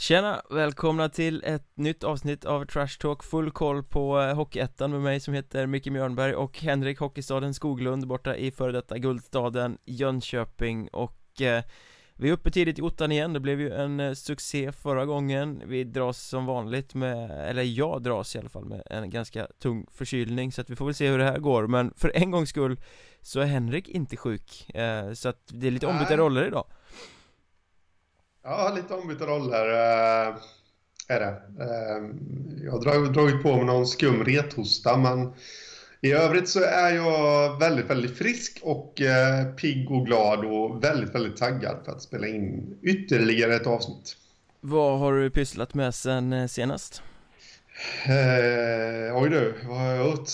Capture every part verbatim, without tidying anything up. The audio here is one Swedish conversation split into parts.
Tjena, välkomna till ett nytt avsnitt av Trash Talk. Full koll på eh, Hockeyettan med mig som heter Micke Mjörnberg och Henrik Hockeystaden Skoglund borta i före detta Guldstaden Jönköping. Och eh, vi är uppe tidigt i ottan igen. Det blev ju en eh, succé förra gången. Vi dras som vanligt med, eller jag dras i alla fall med en ganska tung förkylning, så att vi får väl se hur det här går. Men för en gångs skull så är Henrik inte sjuk, eh, så att det är lite ombytta roller idag. Ja, lite ombytta roller äh, är det. Äh, jag har dragit, dragit på mig någon skum rethosta, men i övrigt så är jag väldigt, väldigt frisk och äh, pigg och glad och väldigt, väldigt taggad för att spela in ytterligare ett avsnitt. Vad har du pysslat med sen senast? Äh, oj du, vad har jag gjort?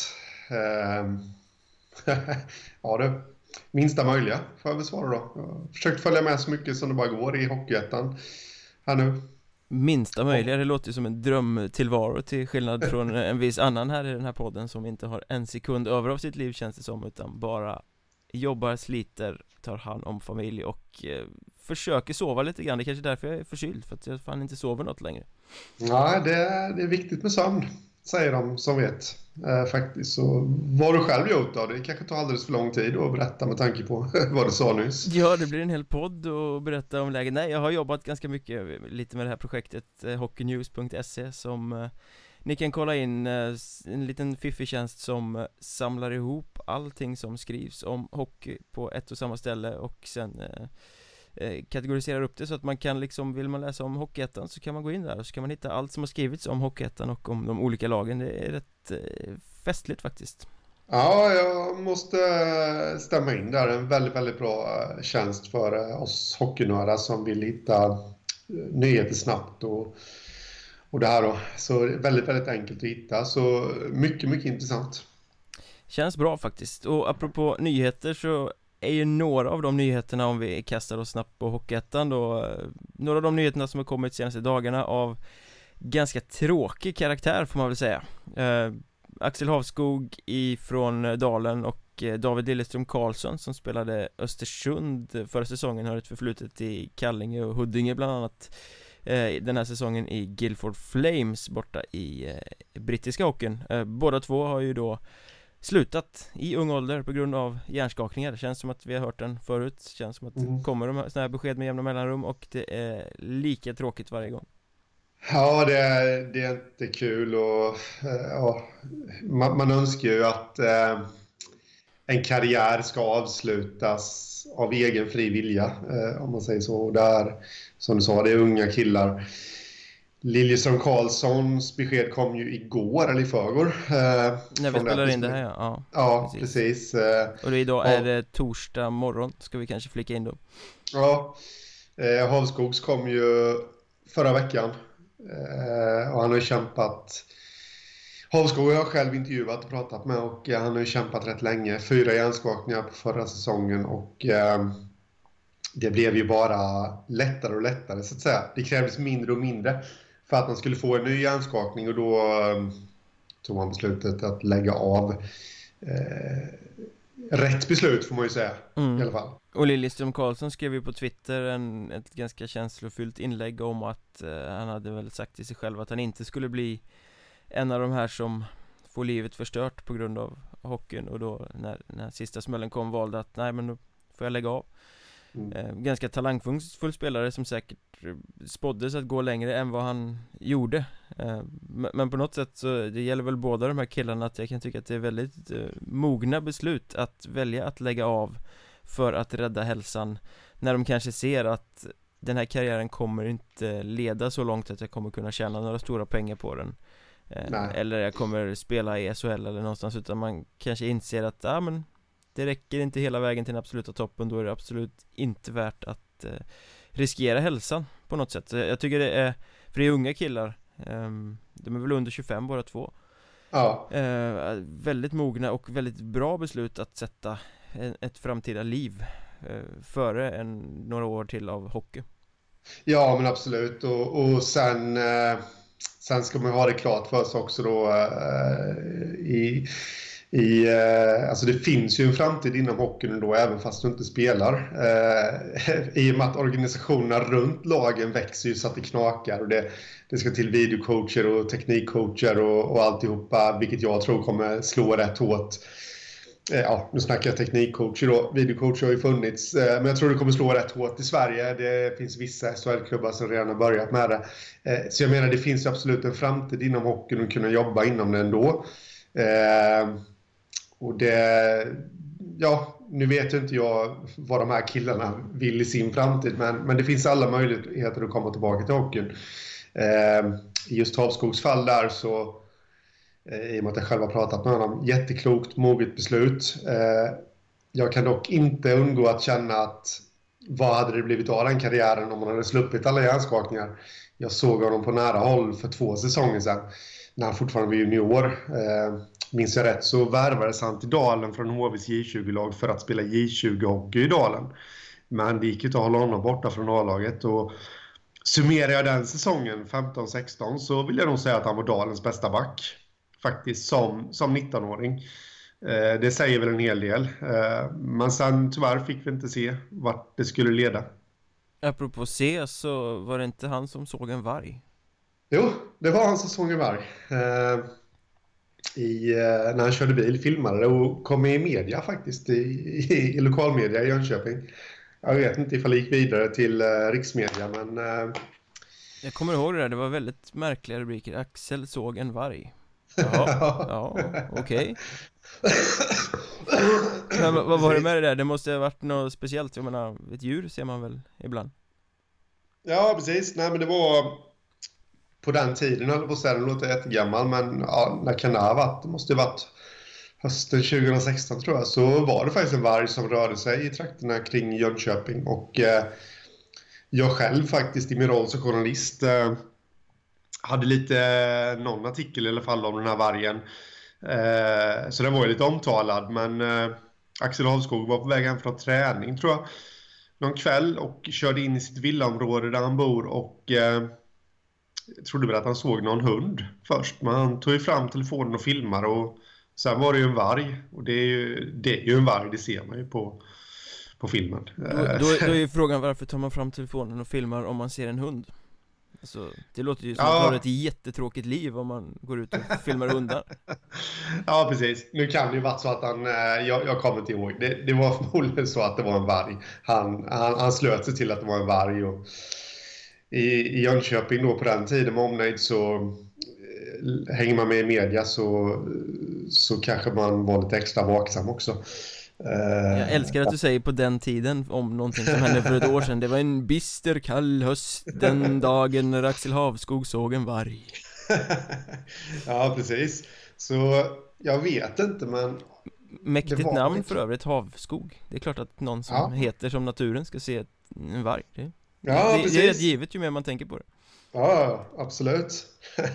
Äh, ja du. Minsta möjliga, får jag väl svara då. Jag har försökt följa med så mycket som det bara går i Hockeyettan här nu. Minsta möjliga, det låter ju som en drömtillvaro, till skillnad från en viss annan här i den här podden som inte har en sekund över av sitt liv, känns det som, utan bara jobbar, sliter, tar hand om familj och eh, försöker sova lite grann. Det är kanske därför jag är förkyld, för att jag fan inte sover något längre. Nej, det, det är viktigt med sömn, säger de som vet. Eh, faktiskt. Så vad du själv gjort då? Det kanske tar alldeles för lång tid att berätta med tanke på vad du sa nyss. Ja, det blir en hel podd och berätta om läget. Nej, jag har jobbat ganska mycket lite med det här projektet eh, hockeynews punkt se som eh, ni kan kolla in, eh, en liten fiffig tjänst som eh, samlar ihop allting som skrivs om hockey på ett och samma ställe och sen eh, eh, kategoriserar upp det så att man kan liksom, vill man läsa om Hockeyettan så kan man gå in där och så kan man hitta allt som har skrivits om Hockeyettan och om de olika lagen. Det är rätt eh, festligt faktiskt. Ja, jag måste stämma in där. En väldigt, väldigt bra tjänst för oss hockeynördar som vill hitta nyheter snabbt och, och det här då. Så väldigt, väldigt enkelt att hitta. Så mycket, mycket intressant. Känns bra faktiskt. Och apropå nyheter så är ju några av de nyheterna, om vi kastar oss snabbt på Hockeyettan då, några av de nyheterna som har kommit de senaste dagarna av ganska tråkig karaktär får man väl säga. eh, Axel Havskog ifrån Dalen och eh, David Lilleström Karlsson som spelade Östersund förra säsongen har ett förflutet i Kallinge och Huddinge bland annat. eh, Den här säsongen i Guildford Flames borta i eh, brittiska hockeyn. eh, Båda två har ju då slutat i ung ålder på grund av hjärnskakningar. Det känns som att vi har hört den förut. Det känns som att Mm. det kommer de här, såna här besked med jämna mellanrum och det är lika tråkigt varje gång. Ja, det är, det är inte kul och ja, man, man önskar ju att eh, en karriär ska avslutas av egen fri vilja, eh, om man säger så. Och där, som du sa, det är unga killar. Lilleström Karlssons besked kom ju igår eller i förrgår. Eh, När vi spelar in det här, ja. Ja, ja precis. precis eh, och det idag är det torsdag morgon, ska vi kanske flika in då. Ja, eh, Havskogs kom ju förra veckan. Uh, och han har ju kämpat. Havskog har jag själv intervjuat och pratat med och uh, han har ju kämpat rätt länge. Fyra hjärnskakningar på förra säsongen och uh, det blev ju bara lättare och lättare så att säga. Det krävdes mindre och mindre för att han skulle få en ny hjärnskakning och då uh, tog han beslutet att lägga av. Uh, rätt beslut får man ju säga, mm. i alla fall. Och Lilleström Karlsson skrev ju på Twitter en, ett ganska känslofyllt inlägg om att eh, han hade väl sagt till sig själv att han inte skulle bli en av de här som får livet förstört på grund av hockeyn. Och då när, när sista smällen kom valde att nej, men då får jag lägga av. Mm. eh, Ganska talangfull spelare som säkert spåddes att gå längre än vad han gjorde. eh, men, men på något sätt så det gäller väl båda de här killarna att jag kan tycka att det är väldigt eh, mogna beslut att välja att lägga av för att rädda hälsan när de kanske ser att den här karriären kommer inte leda så långt att jag kommer kunna tjäna några stora pengar på den, eh, eller jag kommer spela i S H L eller någonstans, utan man kanske inser att ah, men det räcker inte hela vägen till den absoluta toppen. Då är det absolut inte värt att eh, riskera hälsan på något sätt. Jag tycker det är, för det är unga killar, eh, de är väl under tjugofem båda två. Ja. eh, Väldigt mogna och väldigt bra beslut att sätta ett framtida liv eh, före en, några år till av hockey. Ja, men absolut. Och, och sen, eh, sen ska man ha det klart för sig också då eh, i, i eh, alltså det finns ju en framtid inom hockeyn då, även fast du inte spelar. Eh, I och med att organisationerna runt lagen växer ju så att det knakar, och det, det ska till videocoacher och teknikcoacher och, och alltihopa, vilket jag tror kommer slå rätt hårt. Eh, ja, nu snackar jag teknikcoacher då. Videocoacher har ju funnits, eh, men jag tror det kommer slå rätt hårt i Sverige. Det finns vissa S H L-klubbar som redan har börjat med det. Eh, så jag menar, det finns ju absolut en framtid inom hockeyn och kunna jobba inom den ändå. Eh, och det, ja, nu vet ju inte jag vad de här killarna vill i sin framtid, men, men det finns alla möjligheter att komma tillbaka till hockeyn. Eh, I just Havskogs fall där så, i och med att jag själv har pratat med honom, jätteklokt, moget beslut. Eh, jag kan dock inte undgå att känna att vad hade det blivit av den karriären om man hade sluppit alla hjärnskakningar. Jag såg honom på nära håll för två säsonger sedan, när han fortfarande var junior. Eh, minns jag rätt så värvades han till Dalen från H V:s J tjugo-lag för att spela J tjugo-hockey i Dalen. Men det gick inte att hålla honom borta från A-laget, och summerar jag den säsongen femton sexton så vill jag nog säga att han var Dalens bästa back. Faktiskt som, som nittonåring. Eh, det säger väl en hel del. Eh, men sen tyvärr fick vi inte se vart det skulle leda. Apropå se, så var det inte han som såg en varg? Jo, det var han som såg en varg. Eh, i, eh, när han körde bil, filmade det och kom med i media faktiskt. I, i, i lokalmedia i Jönköping. Jag vet inte ifall det gick vidare till eh, riksmedia, men... Eh... Jag kommer ihåg det där, det var väldigt märkliga rubriker. Axel såg en varg. Jaha, ja, okej. Okay. Men vad var det med det där? Det måste ha varit något speciellt. Jag menar, ett djur ser man väl ibland? Ja, precis. Nej, men det var på den tiden, eller på ställen, låter jättegammal, men ja, när kan det ha varit? Det måste ha varit hösten tjugo sexton tror jag. Så var det faktiskt en varg som rörde sig i trakterna kring Jönköping. Och eh, jag själv faktiskt i min roll som journalist eh, hade lite, någon artikel i alla fall om den här vargen. Eh, så den var ju lite omtalad, men eh, Axel Havskog var på väg hem från träning tror jag, någon kväll, och körde in i sitt villaområde där han bor, och eh, jag trodde väl att han såg någon hund först, men han tog ju fram telefonen och filmade, och sen var det ju en varg, och det är ju, det är ju en varg, det ser man ju på, på filmen. Då, då, då är ju frågan, varför tar man fram telefonen och filmar om man ser en hund? Alltså, det låter ju som ja. att ha ett jättetråkigt liv om man går ut och filmar hundar. Ja, precis. Nu kan det ju vara så att han, jag, jag kommer inte ihåg, det, det var förmodligen så att det var en varg. Han, han, han slöt sig till att det var en varg, och i, i Jönköping då på den tiden med omnejd, så eh, hänger man med i media så, så kanske man var lite extra vaksam också. Jag älskar att du säger på den tiden om någonting som hände för ett år sedan. Det var en bister kall höst den dagen när Axel Havskog såg en varg. Ja, precis. Så jag vet inte, men mäktigt namn för övrigt, Havskog. Det är klart att någon som ja. heter som naturen ska se en varg. Det, ja, det, precis. det är rätt givet ju mer man tänker på det. Ja, absolut.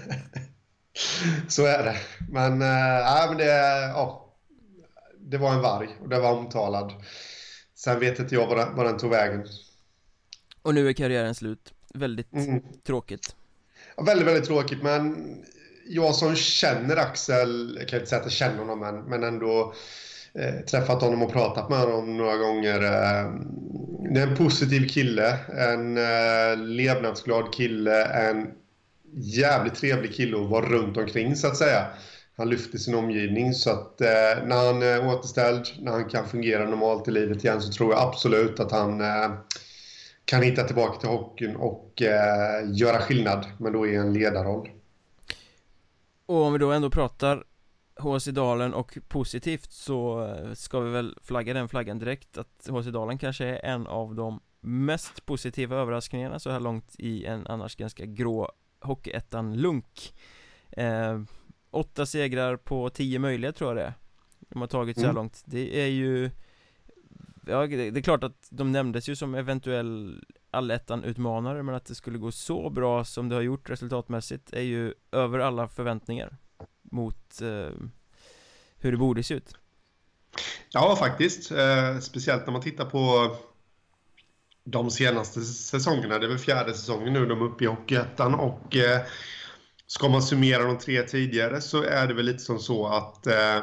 Så är det. Men, äh, men det ja. Det var en varg, och det var omtalad. Sen vet inte jag var den, var den tog vägen. Och nu är karriären slut. Väldigt mm. tråkigt. Ja, väldigt, väldigt tråkigt. Men jag som känner Axel, jag kan inte säga att jag känner honom, men, men ändå eh, träffat honom och pratat med honom några gånger. Eh, det är en positiv kille. En eh, levnadsglad kille. En jävligt trevlig kille att vara runt omkring, så att säga. Han lyfter sin omgivning, så att eh, när han är återställd, när han kan fungera normalt i livet igen, så tror jag absolut att han eh, kan hitta tillbaka till hockeyn och eh, göra skillnad, men då i en ledarroll. Och om vi då ändå pratar H C Dalen och positivt, så ska vi väl flagga den flaggan direkt, att H C Dalen kanske är en av de mest positiva överraskningarna så här långt i en annars ganska grå hockeyettan lunk. Eh, Åtta segrar på tio möjliga tror jag det är. De har tagit så här mm. långt. Det är ju, ja, det är klart att de nämndes ju som eventuell allettan-utmanare, men att det skulle gå så bra som det har gjort resultatmässigt är ju över alla förväntningar mot eh, hur det borde se ut. Ja, faktiskt. Eh, speciellt när man tittar på de senaste säsongerna. Det är väl fjärde säsongen nu de är uppe i hockeyettan, och eh, ska man summera de tre tidigare så är det väl lite som så att eh,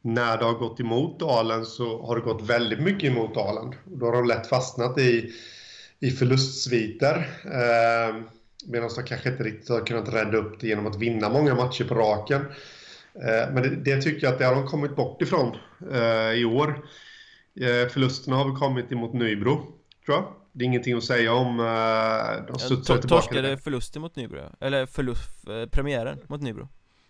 när det har gått emot Dalen så har det gått väldigt mycket emot Dalen. Då har de lätt fastnat i, i förlustsviter. Eh, medan de kanske inte riktigt har kunnat rädda upp det genom att vinna många matcher på raken. Eh, men det, det tycker jag att det har de kommit bort ifrån eh, i år. Eh, förlusterna har väl kommit emot Nybro, tror jag. Det är ingenting att säga om. Eh, de studsar tillbaka. Torskade förluster mot Nybro, eller förlust, eh, premiären mot Nybro.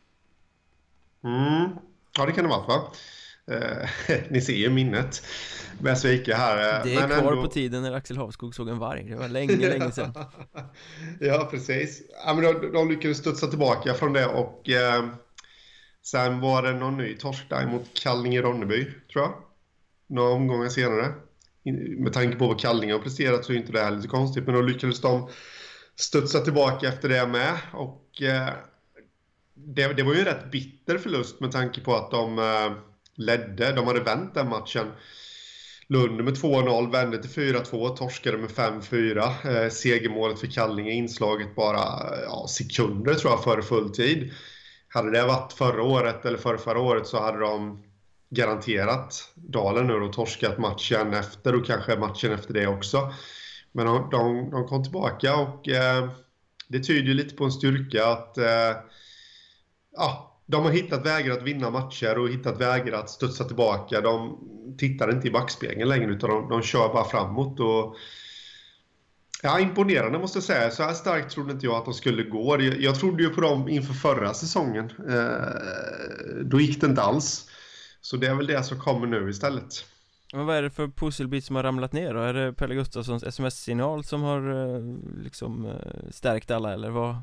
Mm. Ja, det kan det vara, va? Eh, ni ser ju minnet med svika här. Det är men kvar ändå... på tiden när Axel Havskog såg en varg. Det var länge, länge sedan. Ja, precis. Ja, men de, de lyckades studsa tillbaka från det och eh, sen var det någon ny torsk där mot Kallinge-Ronneby, tror jag. Några omgångar senare. Med tanke på vad Kallinge har presterat så är inte det här lite konstigt. Men då lyckades de studsa tillbaka efter det med. Och eh, det, det var ju en rätt bitter förlust med tanke på att de eh, ledde. De hade vänt den matchen. Lund med två noll, vände till fyra två, torskade med fem fyra. Eh, segermålet för Kallinge inslaget bara ja, sekunder tror jag före full tid. Hade det varit förra året eller förra, förra året så hade de garanterat Dalen nu och torskat matchen efter och kanske matchen efter det också. Men de, de, de kom tillbaka och eh, det tyder ju lite på en styrka att eh, ja, de har hittat vägar att vinna matcher och hittat vägar att studsa tillbaka. De tittar inte i backspegeln längre utan de, de kör bara framåt. Och, ja, imponerande måste jag säga. Så här starkt trodde inte jag att de skulle gå. Jag, jag trodde ju på dem inför förra säsongen. Eh, då gick det inte alls. Så det är väl det som kommer nu istället. Men vad är det för pusselbit som har ramlat ner då? Är det Pelle Gustafssons sms-signal som har eh, liksom eh, stärkt alla eller vad?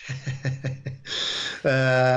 uh,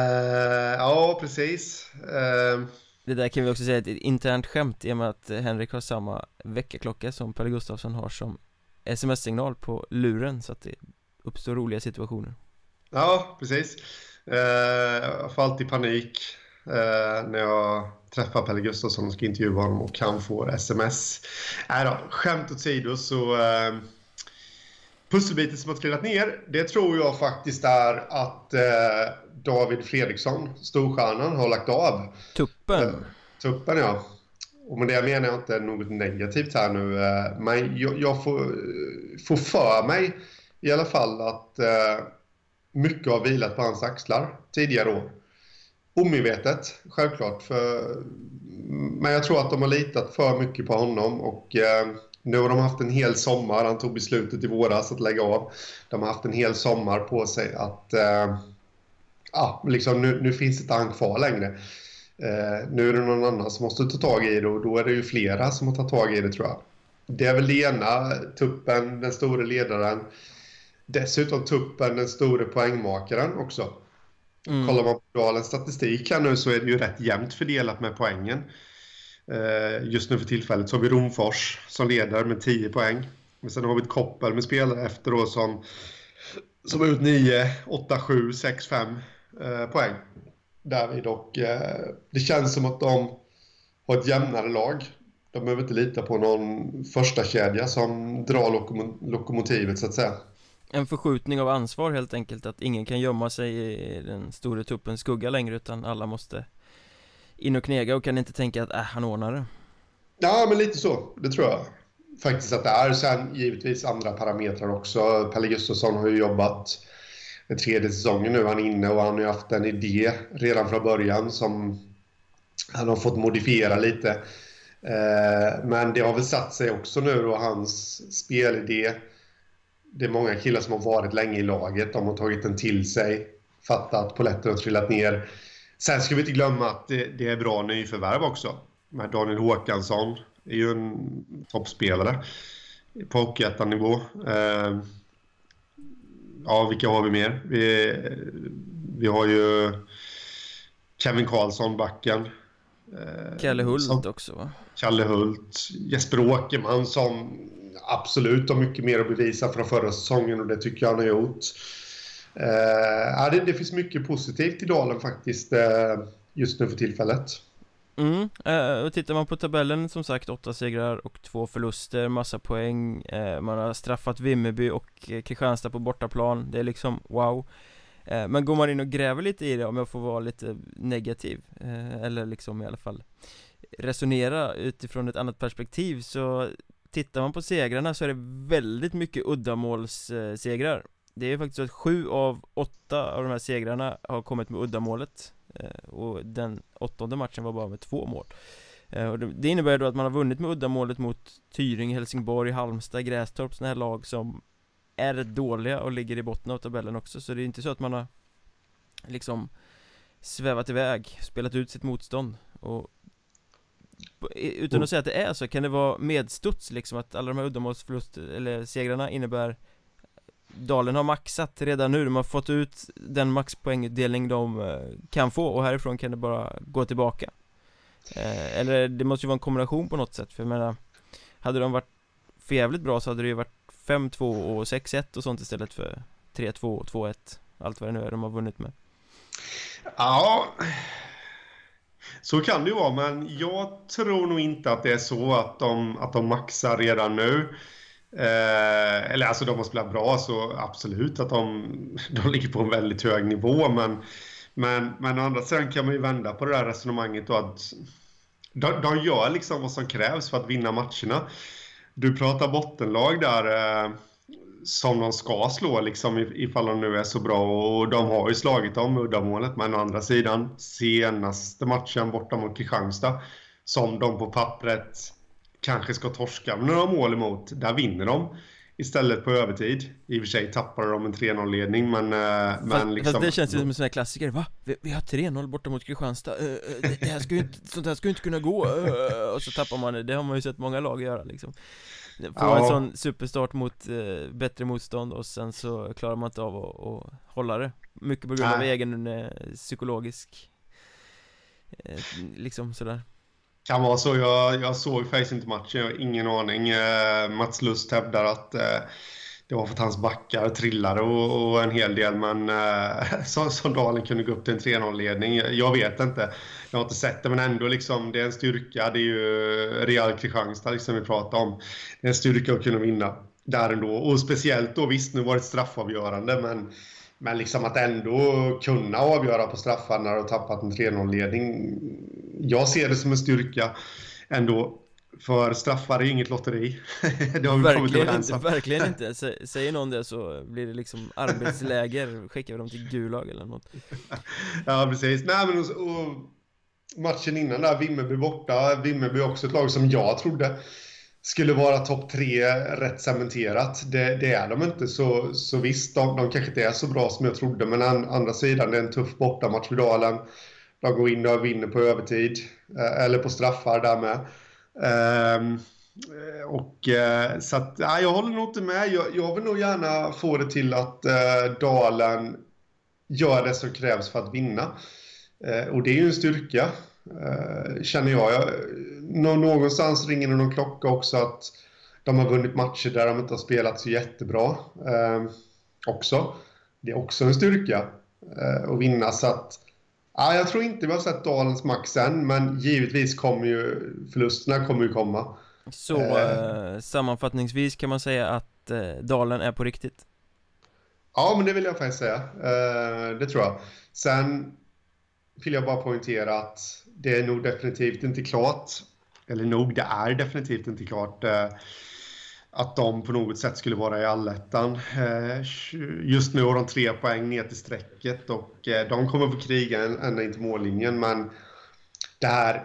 ja, precis. Uh, det där kan vi också säga ett internt skämt i och med att Henrik har samma väckarklocka som Pelle Gustafsson har som sms-signal på luren så att det uppstår roliga situationer. Ja, precis. Uh, jag får alltid panik uh, när jag träffar Pelle Gustafsson och ska intervjua honom och han får sms. Nej då, skämt åt sidor så... Uh, pusselbiten som har trillat ner, det tror jag faktiskt är att eh, David Fredriksson, storstjärnan, har lagt av. Tuppen. Eh, tuppen, ja. Och med det menar jag inte något negativt här nu. Eh, men jag, jag får, får för mig i alla fall att eh, mycket har vilat på hans axlar tidigare år. Omedvetet, självklart. För, men jag tror att de har litat för mycket på honom och... Eh, Nu har de haft en hel sommar, han tog beslutet i våras att lägga av. De har haft en hel sommar på sig att eh, ja, liksom nu, nu finns inte han kvar längre. Eh, nu är det någon annan som måste ta tag i det och då är det ju flera som har tagit tag i det tror jag. Det är väl Lena, Tuppen, den stora ledaren. Dessutom Tuppen, den stora poängmakaren också. Mm. Kollar man på Dalens statistik här nu så är det ju rätt jämnt fördelat med poängen. Just nu för tillfället så har vi Romfors som leder med tio poäng. Men sen har vi ett koppel med spelare efter då som, som har ut nio, åtta, sju, sex, fem eh, poäng. Därvid och eh, det känns som att de har ett jämnare lag. De behöver inte lita på någon första kedja som drar lokom- lokomotivet så att säga. En förskjutning av ansvar helt enkelt, att ingen kan gömma sig i den stora tuppens skugga längre utan alla måste in och knega och kan inte tänka att äh, han ordnar det. Ja, men lite så. Det tror jag faktiskt att det är. Sen givetvis andra parametrar också. Pelle Gustafsson har ju jobbat den tredje säsongen nu. Han är inne och han har ju haft en idé redan från början som han har fått modifiera lite. Eh, men det har väl satt sig också nu och hans spelidé. Det är många killar som har varit länge i laget. De har tagit den till sig. Fattat, polletten har trillat ner. Sen ska vi inte glömma att det, det är bra nyförvärv också. Men Daniel Håkansson är ju en toppspelare på hockeyettan-nivå. Eh, ja, vilka har vi mer? Vi, vi har ju Kevin Karlsson, backen. Eh, Kalle Hult som, också va? Kalle Hult. Jesper Åkerman som absolut har mycket mer att bevisa från förra säsongen och det tycker jag han har gjort. Uh, ja, det, det finns mycket positivt i Dalen faktiskt uh, just nu för tillfället. Mm, uh, och tittar man på tabellen som sagt åtta segrar och två förluster, massa poäng. Uh, man har straffat Vimmerby och uh, Kristianstad på bortaplan. Det är liksom wow. eh, Men går man in och gräver lite i det, om jag får vara lite negativ, eh, eller liksom i alla fall resonera utifrån ett annat perspektiv, så tittar man på segrarna så är det väldigt mycket uddamålssegrar. Det är faktiskt så att sju av åtta av de här segrarna har kommit med uddamålet, eh, och den åttonde matchen var bara med två mål. eh, och det, det innebär då att man har vunnit med uddamålet mot Tyring, Helsingborg, Halmstad, Grästorp, såna här lag som är rätt dåliga och ligger i botten av tabellen också. Så det är inte så att man har liksom svävat iväg, spelat ut sitt motstånd. Och utan att säga att det är så, kan det vara medstuds liksom, att alla de här uddamålsförlust eller segrarna innebär Dalen har maxat redan nu, de har fått ut den maxpoängdelning de kan få, och härifrån kan det bara gå tillbaka. eh, Eller det måste ju vara en kombination på något sätt. För jag menar, hade de varit för jävligt bra så hade det ju varit fem två och sex ett och sånt istället för tre två och två ett, allt vad det nu är de har vunnit med. Ja, så kan det ju vara, men jag tror nog inte att det är så att de, att de maxar redan nu. Eh, eller alltså de har spelat bra, så absolut att de, de ligger på en väldigt hög nivå, men, men, men å andra sidan kan man ju vända på det där resonemanget och att de, de gör liksom vad som krävs för att vinna matcherna. Du pratar bottenlag där eh, som de ska slå liksom, ifall de nu är så bra, och de har ju slagit dem med uddamålet, men å andra sidan senaste matchen borta mot Kristianstad, som de på pappret kanske ska torska med några mål emot, där vinner de istället på övertid. I och för sig tappar de en tre noll-ledning, men, fast, men liksom, fast det känns ju som en sån här klassiker. Va? Vi, vi har tre noll borta mot Kristianstad, uh, det, det här ska ju inte, sånt här ska ju inte kunna gå, uh, och så tappar man det. Det har man ju sett många lag göra liksom. Få ja. en sån superstart mot uh, bättre motstånd, och sen så klarar man inte av att, att hålla det. Mycket på grund av Nej. egen uh, psykologisk uh, liksom sådär. Kan vara så, jag, jag såg faktiskt inte matchen, jag har ingen aning. eh, Mats Lust hävdar att eh, det var för att hans backar trillade och, och en hel del, men eh, så, så Dalen kunde gå upp till en tre noll-ledning. Jag vet inte, jag har inte sett det, men ändå liksom, det är en styrka. Det är ju Real Kristianstad liksom vi pratar om. Det är en styrka att kunna vinna där ändå, och speciellt då, visst nu var det ett straffavgörande, men Men liksom att ändå kunna avgöra på straffar när du har tappat en tre noll-ledning. Jag ser det som en styrka ändå. För straffar är inget lotteri. Det har vi verkligen inte, verkligen inte. Säger någon det så blir det liksom arbetsläger. Skickar vi dem till Gulag eller något. Ja, precis. Nej, men och, och matchen innan där, Vimmerby borta. Vimmerby är också ett lag som jag trodde skulle vara topp tre rätt cementerat. Det, det är de inte. Så, så visst, de, de kanske inte är så bra som jag trodde. Men an, andra sidan, det är en tuff bortamatch vid Dalen. De går in och vinner på övertid. Eh, eller på straffar där med. Eh, och eh, så att, nej, jag håller nog inte med. Jag, jag vill nog gärna få det till att eh, Dalen gör det som krävs för att vinna. Eh, och det är ju en styrka. Uh, känner jag, jag nå, någonstans ringer det någon klocka också att de har vunnit matcher där de inte har spelat så jättebra uh, också. Det är också en styrka uh, att vinna, så att uh, jag tror inte vi har sett Dalens max än, men givetvis kommer ju förlusterna kommer ju komma. Så uh, sammanfattningsvis kan man säga att uh, Dalen är på riktigt? Ja, men det vill jag faktiskt säga. Uh, det tror jag. Sen vill jag bara poängtera att det är nog definitivt inte klart, eller nog, det är definitivt inte klart eh, att de på något sätt skulle vara i allettan. Eh, just nu har de tre poäng ner till strecket, och eh, de kommer få kriga ända in till mållinjen, men det här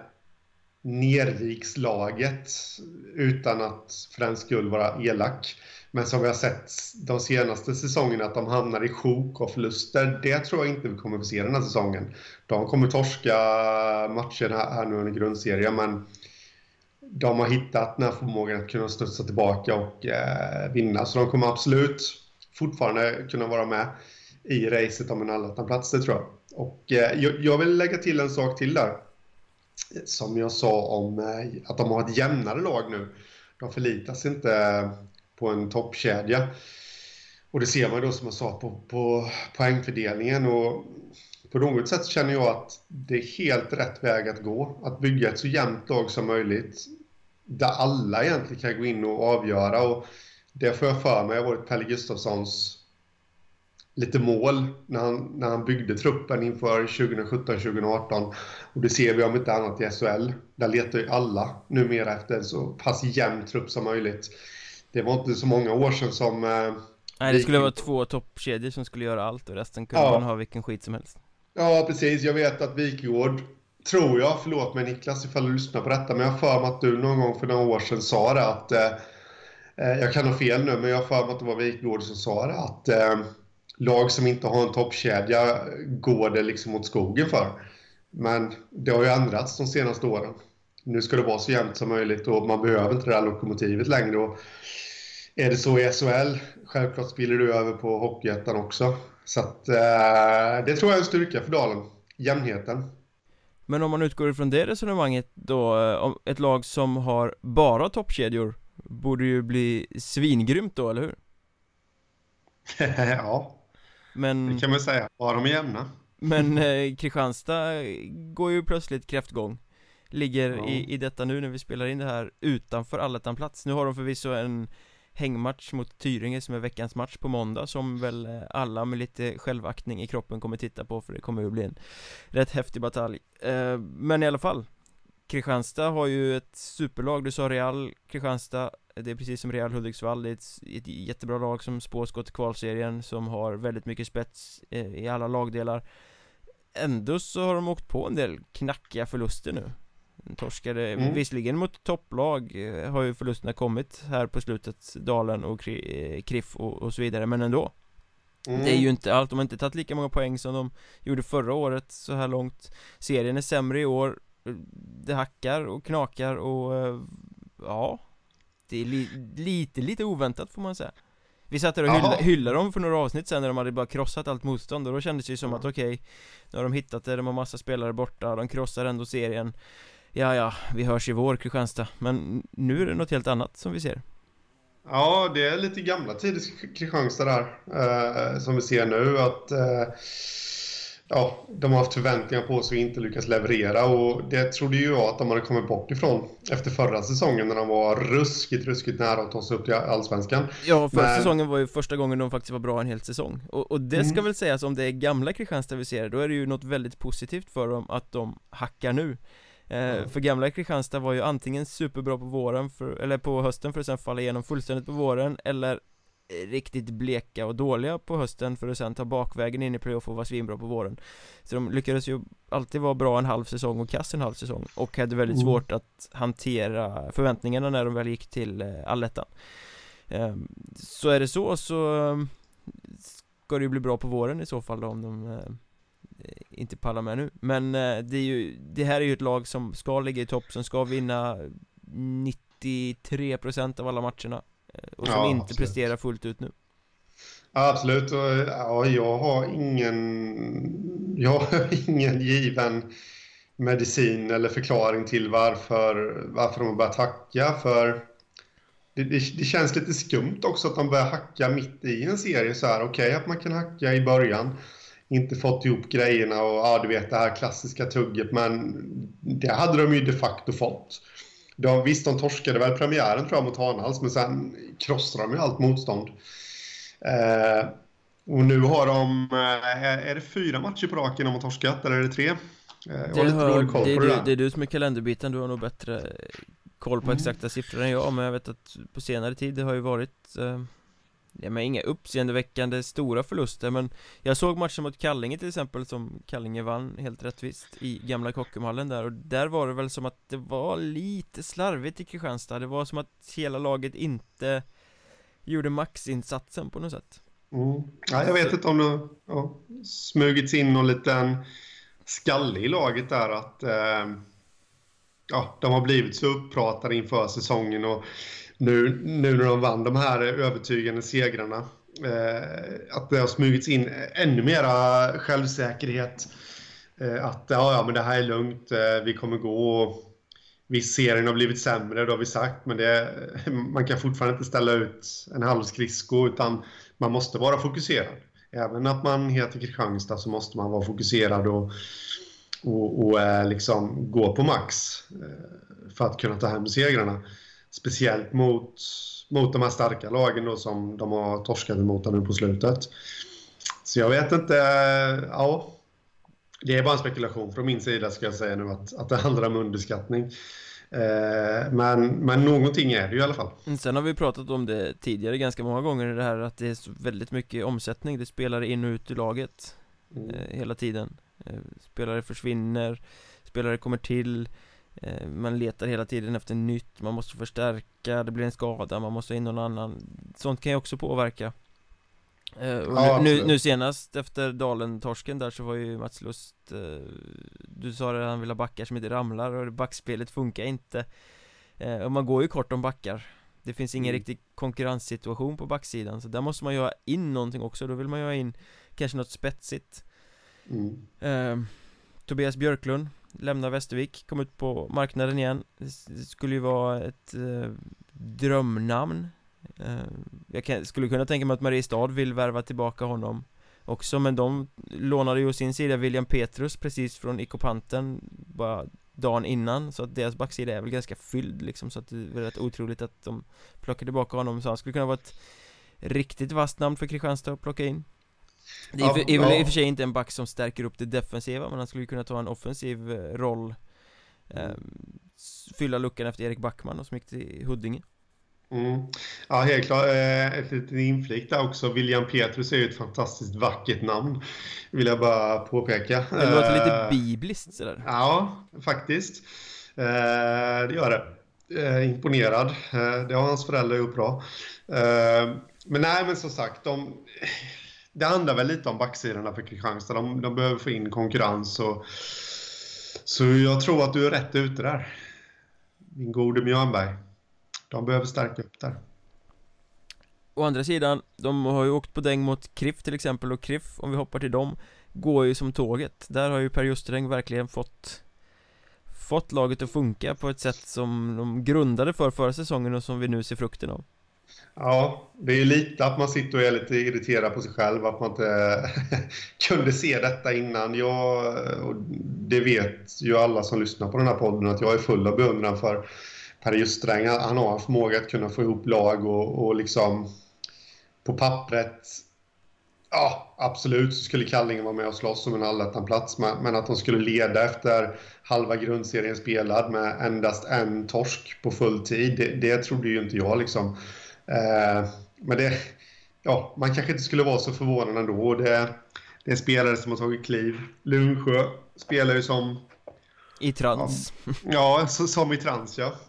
nervikslaget, utan att för den skull vara elak, men som vi har sett de senaste säsongerna, att de hamnar i sjok och förluster, det tror jag inte vi kommer att se den här säsongen. De kommer torska matchen här, här nu under grundserien, men de har hittat den här förmågan att kunna studsa tillbaka och eh, vinna. Så de kommer absolut fortfarande kunna vara med i racet om en allettanplats, det tror jag. Och eh, jag, jag vill lägga till en sak till där. Som jag sa om eh, att de har ett jämnare lag nu. De förlitas inte på en toppkedja. Och det ser man då, som jag sa, på, på poängfördelningen. Och på något sätt känner jag att det är helt rätt väg att gå. Att bygga ett så jämnt lag som möjligt. Där alla egentligen kan gå in och avgöra. Och det får jag för mig har varit Pelle Gustafssons lite mål när han, när han byggde truppen inför tjugo sjutton tjugo arton. Och det ser vi om inte annat i S H L. Där letar ju alla numera efter en så pass jämn trupp som möjligt. Det var inte så många år sedan som... Eh, Nej, det skulle vara två toppkedjor som skulle göra allt och resten kunde ja. man ha vilken skit som helst. Ja, precis. Jag vet att Wikegård, tror jag, förlåt mig Niklas ifall du lyssnar på detta, men jag har för mig att du någon gång för några år sedan sa det att... Eh, jag kan ha fel nu, men jag har för mig att det var Wikegård som sa det att... Eh, lag som inte har en toppkedja går det liksom mot skogen för. Men det har ju ändrats de senaste åren. Nu ska det vara så jämnt som möjligt och man behöver inte det där lokomotivet längre. Och är det så i S H L, självklart spiller du över på Hockeyettan också. Så att, eh, det tror jag är en styrka för Dalen. Jämnheten. Men om man utgår ifrån det resonemanget då, om ett lag som har bara toppkedjor borde ju bli svingrymt då, eller hur? Ja. Men, det kan man säga, var de jämna. Men eh, Kristianstad går ju plötsligt kräftgång. Ligger ja. i, i detta nu när vi spelar in det här utanför allettan-plats. Nu har de förvisso en hängmatch mot Tyringe som är veckans match på måndag, som väl alla med lite självaktning i kroppen kommer titta på, för det kommer ju bli en rätt häftig batalj. eh, Men i alla fall, Kristianstad har ju ett superlag. Du sa Real Kristianstad. Det är precis som Real Hudiksvall. Det är ett, ett jättebra lag som spås gå till kvalserien, som har väldigt mycket spets eh, i alla lagdelar. Ändå så har de åkt på en del knackiga förluster nu. Torskade, mm. visserligen mot topplag eh, har ju förlusterna kommit här på slutet, Dalen och Kri, eh, Kriff och, och så vidare, men ändå. Mm. Det är ju inte allt, de har inte tagit lika många poäng som de gjorde förra året så här långt. Serien är sämre i år. Det hackar och knakar och eh, ja, det är li- lite, lite oväntat får man säga. Vi satt där och hyllade, hyllade dem för några avsnitt sen när de hade bara krossat allt motstånd. Och då kändes det ju som att okej, okay, nu har de hittat det, de har massa spelare borta, de krossar ändå serien. Ja, ja, vi hörs i vår, Kristianstad. Men nu är det något helt annat som vi ser. Ja, det är lite gamla tider Kristianstad där. Eh, som vi ser nu att... Eh, Ja, de har haft förväntningar på sig och inte lyckats leverera, och det trodde ju jag att de hade kommit bort ifrån efter förra säsongen när de var ruskigt, ruskigt nära att ta sig upp till Allsvenskan. Ja, förra Men... säsongen var ju första gången de faktiskt var bra en hel säsong. Och, och det ska mm. väl sägas, om det är gamla Kristianstad vi ser, då är det ju något väldigt positivt för dem att de hackar nu. Eh, mm. För gamla Kristianstad var ju antingen superbra på våren för, eller på hösten för att sen falla igenom fullständigt på våren, eller riktigt bleka och dåliga på hösten för att sen ta bakvägen in i playoff och vara svinbra på våren. Så de lyckades ju alltid vara bra en halv säsong och kass en halv säsong, och hade väldigt mm. svårt att hantera förväntningarna när de väl gick till allettan. Så är det så så ska det ju bli bra på våren i så fall då, om de inte pallar med nu. Men det är ju, det här är ju ett lag som ska ligga i topp, som ska vinna nittiotre procent av alla matcherna och som ja, inte absolut. presterar fullt ut nu. Ja, absolut. Och, ja, jag har ingen jag har ingen given medicin eller förklaring till varför, varför de har börjat hacka. För det, det, det känns lite skumt också att de börjar hacka mitt i en serie så här. Okej, okay, att man kan hacka i början, inte fått ihop grejerna och ja, du vet det här klassiska tugget, men det hade de ju de facto fått. De, visst, de torskade väl premiären tror jag mot Hanhals, men sen krossade de ju allt motstånd. Eh, och nu har de, eh, är det fyra matcher på raken de har torskat, eller är det tre? Eh, det, hör, det, det, det, det är du som är kalenderbiten, du har nog bättre koll på exakta mm. siffror än jag, men jag vet att på senare tid det har ju varit... Eh, Ja, men inga uppseendeväckande stora förluster. Men jag såg matchen mot Kallinge till exempel, som Kallinge vann helt rättvist i gamla Kockumhallen där. Och där var det väl som att det var lite slarvigt i Kristianstad. Det var som att hela laget inte gjorde maxinsatsen på något sätt. Mm. Ja, jag vet inte om det ja, smugits in någon liten skalle i laget där att eh, ja, de har blivit så uppratade inför säsongen, och Nu, nu när de vann de här övertygande segrarna, eh, att det har smugits in ännu mera självsäkerhet, eh, att ja, ja, men det här är lugnt, eh, vi kommer gå, och viss serien har blivit sämre, det har vi sagt, men det, man kan fortfarande inte ställa ut en halv skridsko, utan man måste vara fokuserad. Även att man heter Kristianstad så måste man vara fokuserad och, och, och eh, liksom gå på max eh, för att kunna ta hem segrarna. Speciellt mot, mot de här starka lagen då, som de har torskat emot nu på slutet. Så jag vet inte, ja, det är bara en spekulation från min sida ska jag säga nu att, att det handlar om underskattning. Eh, men, men någonting är det ju i alla fall. Sen har vi pratat om det tidigare ganska många gånger, det här att det är så väldigt mycket omsättning. Det spelar in och ut ur laget Mm. eh, hela tiden. eh, Spelare försvinner, spelare kommer till, eh, man letar hela tiden efter nytt, man måste förstärka, det blir en skada, man måste ha in någon annan. Sånt kan ju också påverka. eh, och Ja, nu, nu, absolut. nu senast efter Dalen-torsken där så var ju Mats Lust, eh, du sa det, han vill ha backar som inte ramlar, och backspelet funkar inte. eh, Och man går ju kort om backar. Det finns ingen Mm. riktig konkurrenssituation på backsidan, så där måste man ju ha in någonting också. Då vill man ju ha in kanske något spetsigt. Mm. eh, Tobias Björklund lämnar Västervik, kom ut på marknaden igen. Det s- det skulle ju vara ett eh, drömnamn. eh, Jag kan, skulle kunna tänka mig att Mariestad vill värva tillbaka honom också, men de lånade ju å sin sida William Petrus precis från I K Panten bara dagen innan, så att deras backsida är väl ganska fylld liksom, så att det är väl rätt otroligt att de plockar tillbaka honom. Så han skulle kunna vara ett riktigt vasst namn för Kristianstad att plocka in. Det är, Ja, för, är väl ja. i och för sig inte en back som stärker upp det defensiva, men han skulle kunna ta en offensiv eh, roll, eh, s- fylla luckan efter Erik Backman och som gick till Huddinge. Mm. Ja, helt klart. Eh, Ett litet inflick där också. William Petrus är ju ett fantastiskt vackert namn, vill jag bara påpeka. Det låter lite Eh, bibliskt sådär. Ja, faktiskt. Eh, det gör det. Eh, imponerad. Eh, det har hans föräldrar gjort bra. Eh, men nej, men som sagt, de, det handlar väl lite om backsidorna för Kristianstad. De, de behöver få in konkurrens. Och, så jag tror att du är rätt ute där, min gode Mjörnberg. De behöver stärka upp där. Å andra sidan, de har ju åkt på däng mot Kriff till exempel, och Kriff, om vi hoppar till dem, går ju som tåget. Där har ju Per Justereng verkligen fått Fått laget att funka på ett sätt som de grundade för förra säsongen och som vi nu ser frukten av. Ja, det är ju lite att man sitter och är lite irriterad på sig själv att man inte kunde se detta innan. Jag, och det vet ju alla som lyssnar på den här podden, att jag är full av beundran för Per Justereng. Han har en förmåga att kunna få ihop lag och, och liksom på pappret, ja, absolut så skulle Kallinge vara med och slåss om en allettan-plats, men, men att de skulle leda efter halva grundserien spelad med endast en torsk på full tid, det, det trodde ju inte jag liksom. Eh, men det, ja, man kanske inte skulle vara så förvånad ändå. Det, det är spelare som har tagit kliv. Lundsjö spelar ju som I trans. ja, så, som i trans, ja.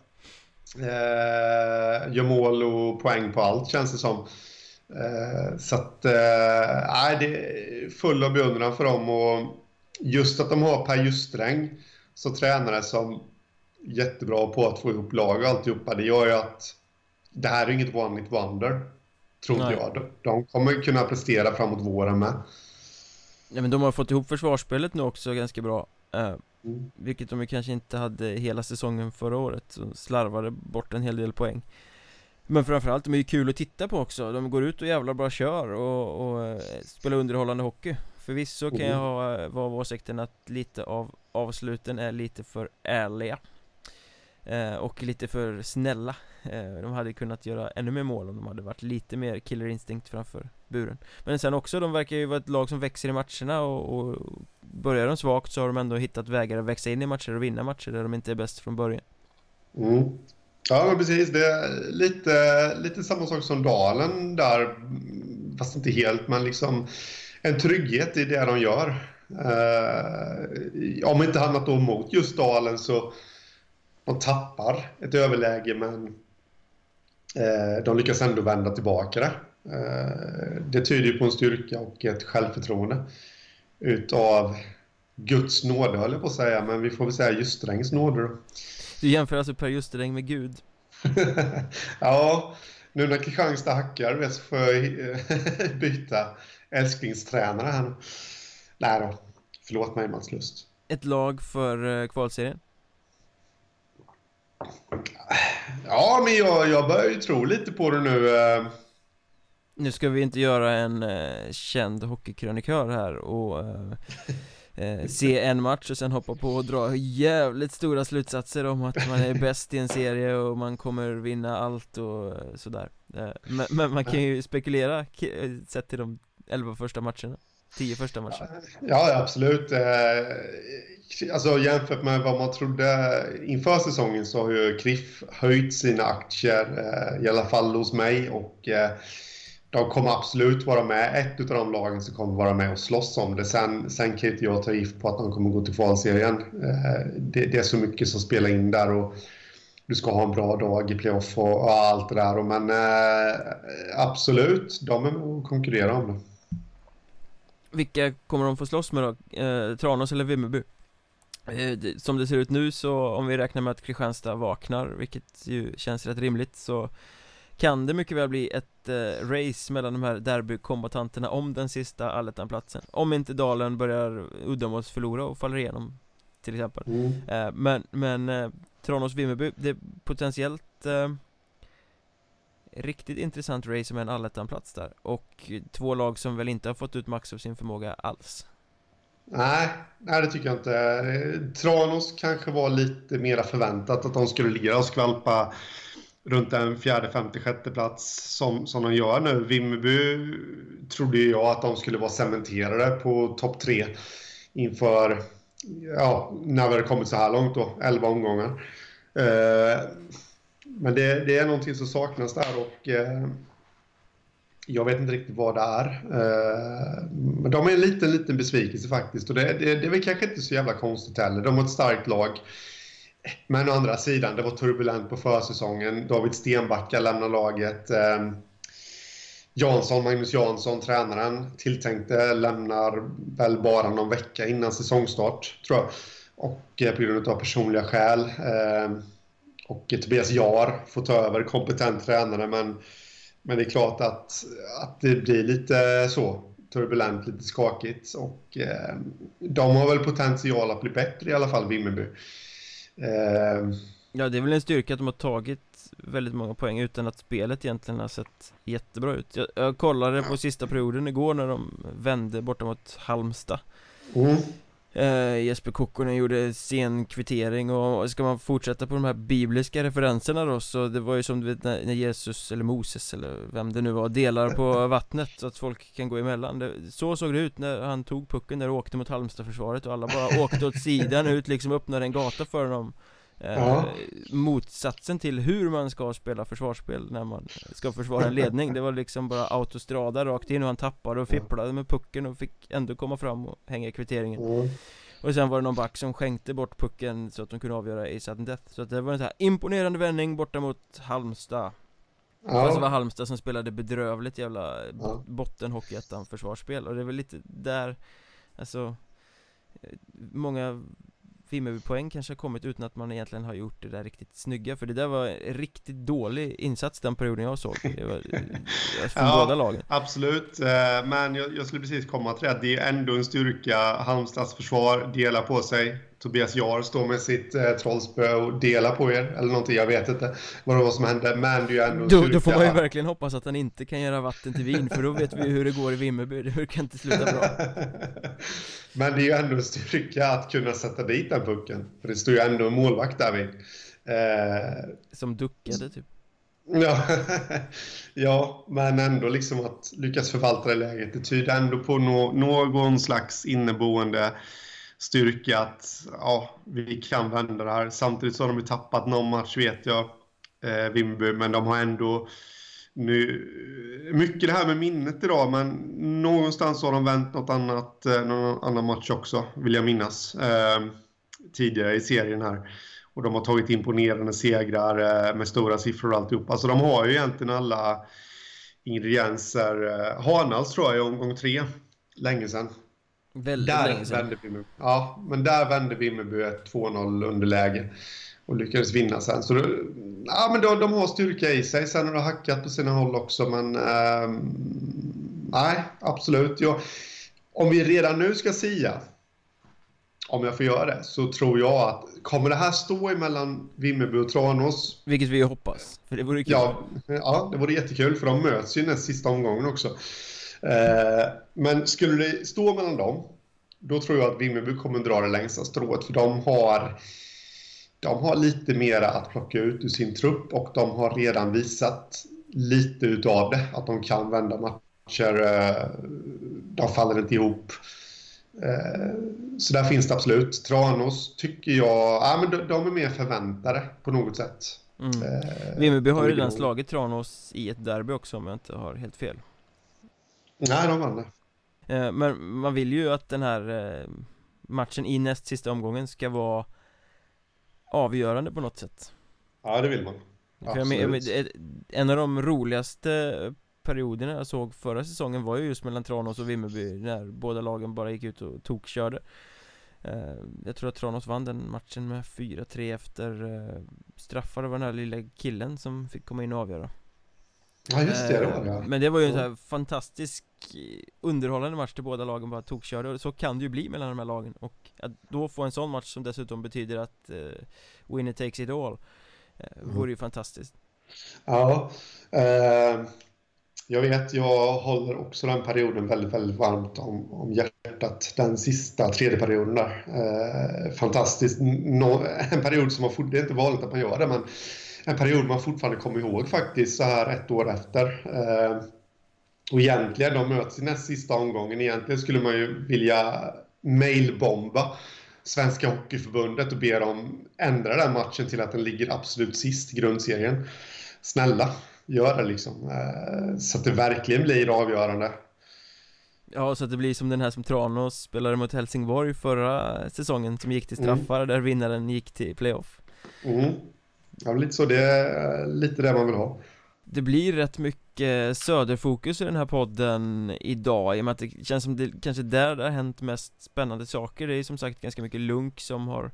Eh, gör mål och poäng på allt, känns det som. Eh, så att eh, nej, det är full av beundran för dem, och just att de har Per Justereng så tränare som jättebra på att få ihop lag och alltihopa, det gör ju att det här är inget one hit wonder, tror Nej. jag. De, de kommer kunna prestera framåt våren med. Ja, men de har fått ihop försvarsspelet nu också ganska bra, eh, Mm. vilket de ju kanske inte hade hela säsongen förra året, så slarvade bort en hel del poäng. Men framförallt, de är ju kul att titta på också. De går ut och jävla bra kör och, och eh, spelar underhållande hockey. Förvisso kan Mm. jag ha, vara av åsikten att lite av avsluten är lite för ärliga eh, och lite för snälla. eh, De hade kunnat göra ännu mer mål om de hade varit lite mer killer instinct framför buren. Men sen också, de verkar ju vara ett lag som växer i matcherna, och, och börjar de svagt så har de ändå hittat vägar att växa in i matcher och vinna matcher där de inte är bäst från början. Mm. Ja, men precis. Det är lite, lite samma sak som Dalen där, fast inte helt, men liksom en trygghet i det de gör. Eh, om inte annat då mot just Dalen, så de tappar ett överläge, men eh, de lyckas ändå vända tillbaka det. Eh, det tyder ju på en styrka och ett självförtroende utav Guds nåde, höll jag på att säga, men vi får väl säga Justerängs nåde då. Du jämför alltså Per Justereng med Gud? Ja, nu när Kristianstad hackar, vet, så får jag byta älsklingstränare här nu. Nej då, förlåt mig Mats Lust. Ett lag för eh, kvalserien? Ja, men jag, jag börjar ju tro lite på det nu. eh. Nu ska vi inte göra en eh, känd hockeykrönikör här och eh, eh, se en match och sen hoppa på och dra jävligt stora slutsatser om att man är bäst i en serie och man kommer vinna allt och eh, sådär. Eh, men, men man kan ju spekulera k- sett till de elva första matcherna, tio första matcherna. Ja, absolut. Alltså jämfört med vad man trodde inför säsongen så har ju Kriff höjt sina aktier, i alla fall hos mig, och de kommer absolut vara med. Ett av de lagen som kommer vara med och slåss om det. Sen, sen kan inte jag ta gift på att de kommer gå till kvalserien. Det, det är så mycket som spelar in där, och du ska ha en bra dag i playoff och, och allt det där. Men eh, absolut, de är med och konkurrerar om det. Vilka kommer de få slåss med då? Eh, Tranås eller Vimmerby? Eh, det, som det ser ut nu, så om vi räknar med att Kristianstad vaknar, vilket ju känns rätt rimligt, så kan det mycket väl bli ett eh, race mellan de här derbykombatanterna om den sista allettan-platsen. Om inte Dalen börjar uddamåls förlora och faller igenom till exempel. Mm. Eh, men men eh, Tranås-Vimmerby, det är potentiellt eh, riktigt intressant race med en allettan-plats där. Och två lag som väl inte har fått ut max av sin förmåga alls. Nej, nej, det tycker jag inte. Tranås kanske var lite mer förväntat att de skulle ligga och skvalpa runt en fjärde, femte, sjätte plats som, som de gör nu. Vimmerby trodde jag att de skulle vara cementerade på topp tre inför, ja, när vi har kommit så här långt då, elva omgångar. Eh, men det, det är någonting som saknas där, och eh, jag vet inte riktigt vad det är. Eh, men de är en liten, liten besvikelse faktiskt, och det, det, det är väl kanske inte så jävla konstigt heller. De har ett starkt lag. Men å andra sidan, det var turbulent på försäsongen. David Stenbacka lämnar laget. Eh, Jansson, Magnus Jansson, tränaren, tilltänkte lämnar väl bara någon vecka innan säsongstart, tror jag. Och eh, på grund av personliga skäl. Eh, och eh, Tobias Jar får ta över, kompetent tränare. Men, men det är klart att, att det blir lite så turbulent, lite skakigt. Och eh, de har väl potential att bli bättre i alla fall, Vimmerby. Uh, ja, det är väl en styrka att de har tagit väldigt många poäng utan att spelet egentligen har sett jättebra ut. Jag, jag kollade på sista perioden igår när de vände borta mot Halmstad. Mm. uh, Jesper Kokkonen gjorde sen kvittering, och ska man fortsätta på de här bibliska referenserna då, så det var ju som du vet när, när Jesus eller Moses eller vem det nu var delar på vattnet så att folk kan gå emellan. Det, så såg det ut när han tog pucken där och åkte mot Halmstad-försvaret, och alla bara åkte åt sidan ut, liksom öppnade en gata för dem. Eh, ja. Motsatsen till hur man ska spela försvarsspel när man ska försvara en ledning. Det var liksom bara autostrada rakt in, och han tappade och fipplade med pucken och fick ändå komma fram och hänga i kvitteringen. Mm. Och sen var det någon back som skänkte bort pucken så att de kunde avgöra i sudden death. Så att det var en så här imponerande vändning borta mot Halmstad. Ja. Fast det var Halmstad som spelade bedrövligt jävla ja. bottenhockeyettan försvarsspel. Och det är väl lite där, alltså, många Vimmerby-poäng kanske har kommit utan att man egentligen har gjort det där riktigt snygga. För det där var en riktigt dålig insats den perioden jag såg. Det var från ja, båda lagen. Absolut, men jag, jag skulle precis komma till det att det är ändå en styrka. Halmstads försvar delar på sig. Tobias Jar står med sitt eh, trollspö och delar på er eller någonting, jag vet inte vad det var som hände, men det är ju ändå en då, då får man ju verkligen hoppas att han inte kan göra vatten till vin, för då vet vi hur det går i Vimmerby. Det kan inte sluta bra. Men det är ju ändå en styrka att kunna sätta dit den pucken, för det står ju ändå en målvakt där vid. Eh... som duckade typ. Ja, ja, men ändå liksom att lyckas förvalta det läget, det tyder ändå på no- någon slags inneboende styrka att ja, vi kan vända det här. Samtidigt så har de ju tappat någon match, vet jag, eh, Vimmerby, men de har ändå nu mycket det här med minnet idag, men någonstans har de vänt något annat, eh, någon annan match också, vill jag minnas, eh, tidigare i serien här. Och de har tagit imponerande segrar eh, med stora siffror och alltihop. Alltså de har ju egentligen alla ingredienser. Eh, Hanals tror jag i omgång tre, länge sedan. Väldigt där länge sedan. Vände Vimmerby. Ja, men där vände Vimmerby ett två noll underläge och lyckades vinna sen. Så då, ja, men de, de har styrka i sig. Sen har de hackat på sina håll också, men eh, nej, absolut. Jag, om vi redan nu ska säga, om jag får göra det, så tror jag att kommer det här stå emellan Vimmerby och Tranås, vilket vi hoppas, för det vore kul. Ja, ja, det vore jättekul, för de möts ju näst sista omgången också. Eh, men skulle det stå mellan dem, då tror jag att Vimmerby kommer dra det längsta strået, för de har de har lite mer att plocka ut ur sin trupp, och de har redan visat lite utav det, att de kan vända matcher eh, de faller inte ihop. Så där finns det absolut. Tranås tycker jag, ja, men de, de är mer förväntade på något sätt. Mm. Eh, Vimmerby har ju redan slagit Tranås i ett derby också, om jag inte har helt fel. Nej, de vann det. eh, Men man vill ju att den här eh, matchen i näst sista omgången ska vara avgörande på något sätt. Ja, det vill man. För jag men, en av de roligaste perioderna jag såg förra säsongen var ju just mellan Tranås och Vimmerby, när båda lagen bara gick ut och tokkörde. eh, Jag tror att Tranås vann den matchen med fyra tre efter eh, straffar. Det var den här lilla killen som fick komma in och avgöra. Ja, just det, det var det, ja. Men det var ju en så här fantastisk underhållande match där båda lagen bara tokkörde. Och så kan det ju bli mellan de här lagen. Och att då få en sån match som dessutom betyder att uh, winner takes it all uh, mm. vore ju fantastiskt. Ja, eh, jag vet, jag håller också den perioden väldigt, väldigt varmt om, om hjärtat. Den sista tredje perioden där. Eh, fantastiskt. No, en period som man fort, det är inte vanligt att man gör det, men en period man fortfarande kommer ihåg faktiskt så här ett år efter. Eh, och egentligen, de möts i näst sista omgången. Egentligen skulle man ju vilja mailbomba Svenska Hockeyförbundet och be dem ändra den matchen till att den ligger absolut sist i grundserien. Snälla, gör det liksom. Eh, så att det verkligen blir avgörande. Ja, så att det blir som den här som Tranås spelade mot Helsingborg förra säsongen, som gick till straffar, mm. där vinnaren gick till playoff. Mm. Ja, lite så, det är lite det man vill ha. Det blir rätt mycket söderfokus i den här podden idag, i och med att det känns som det kanske där det har hänt mest spännande saker. Det är som sagt ganska mycket lunk som har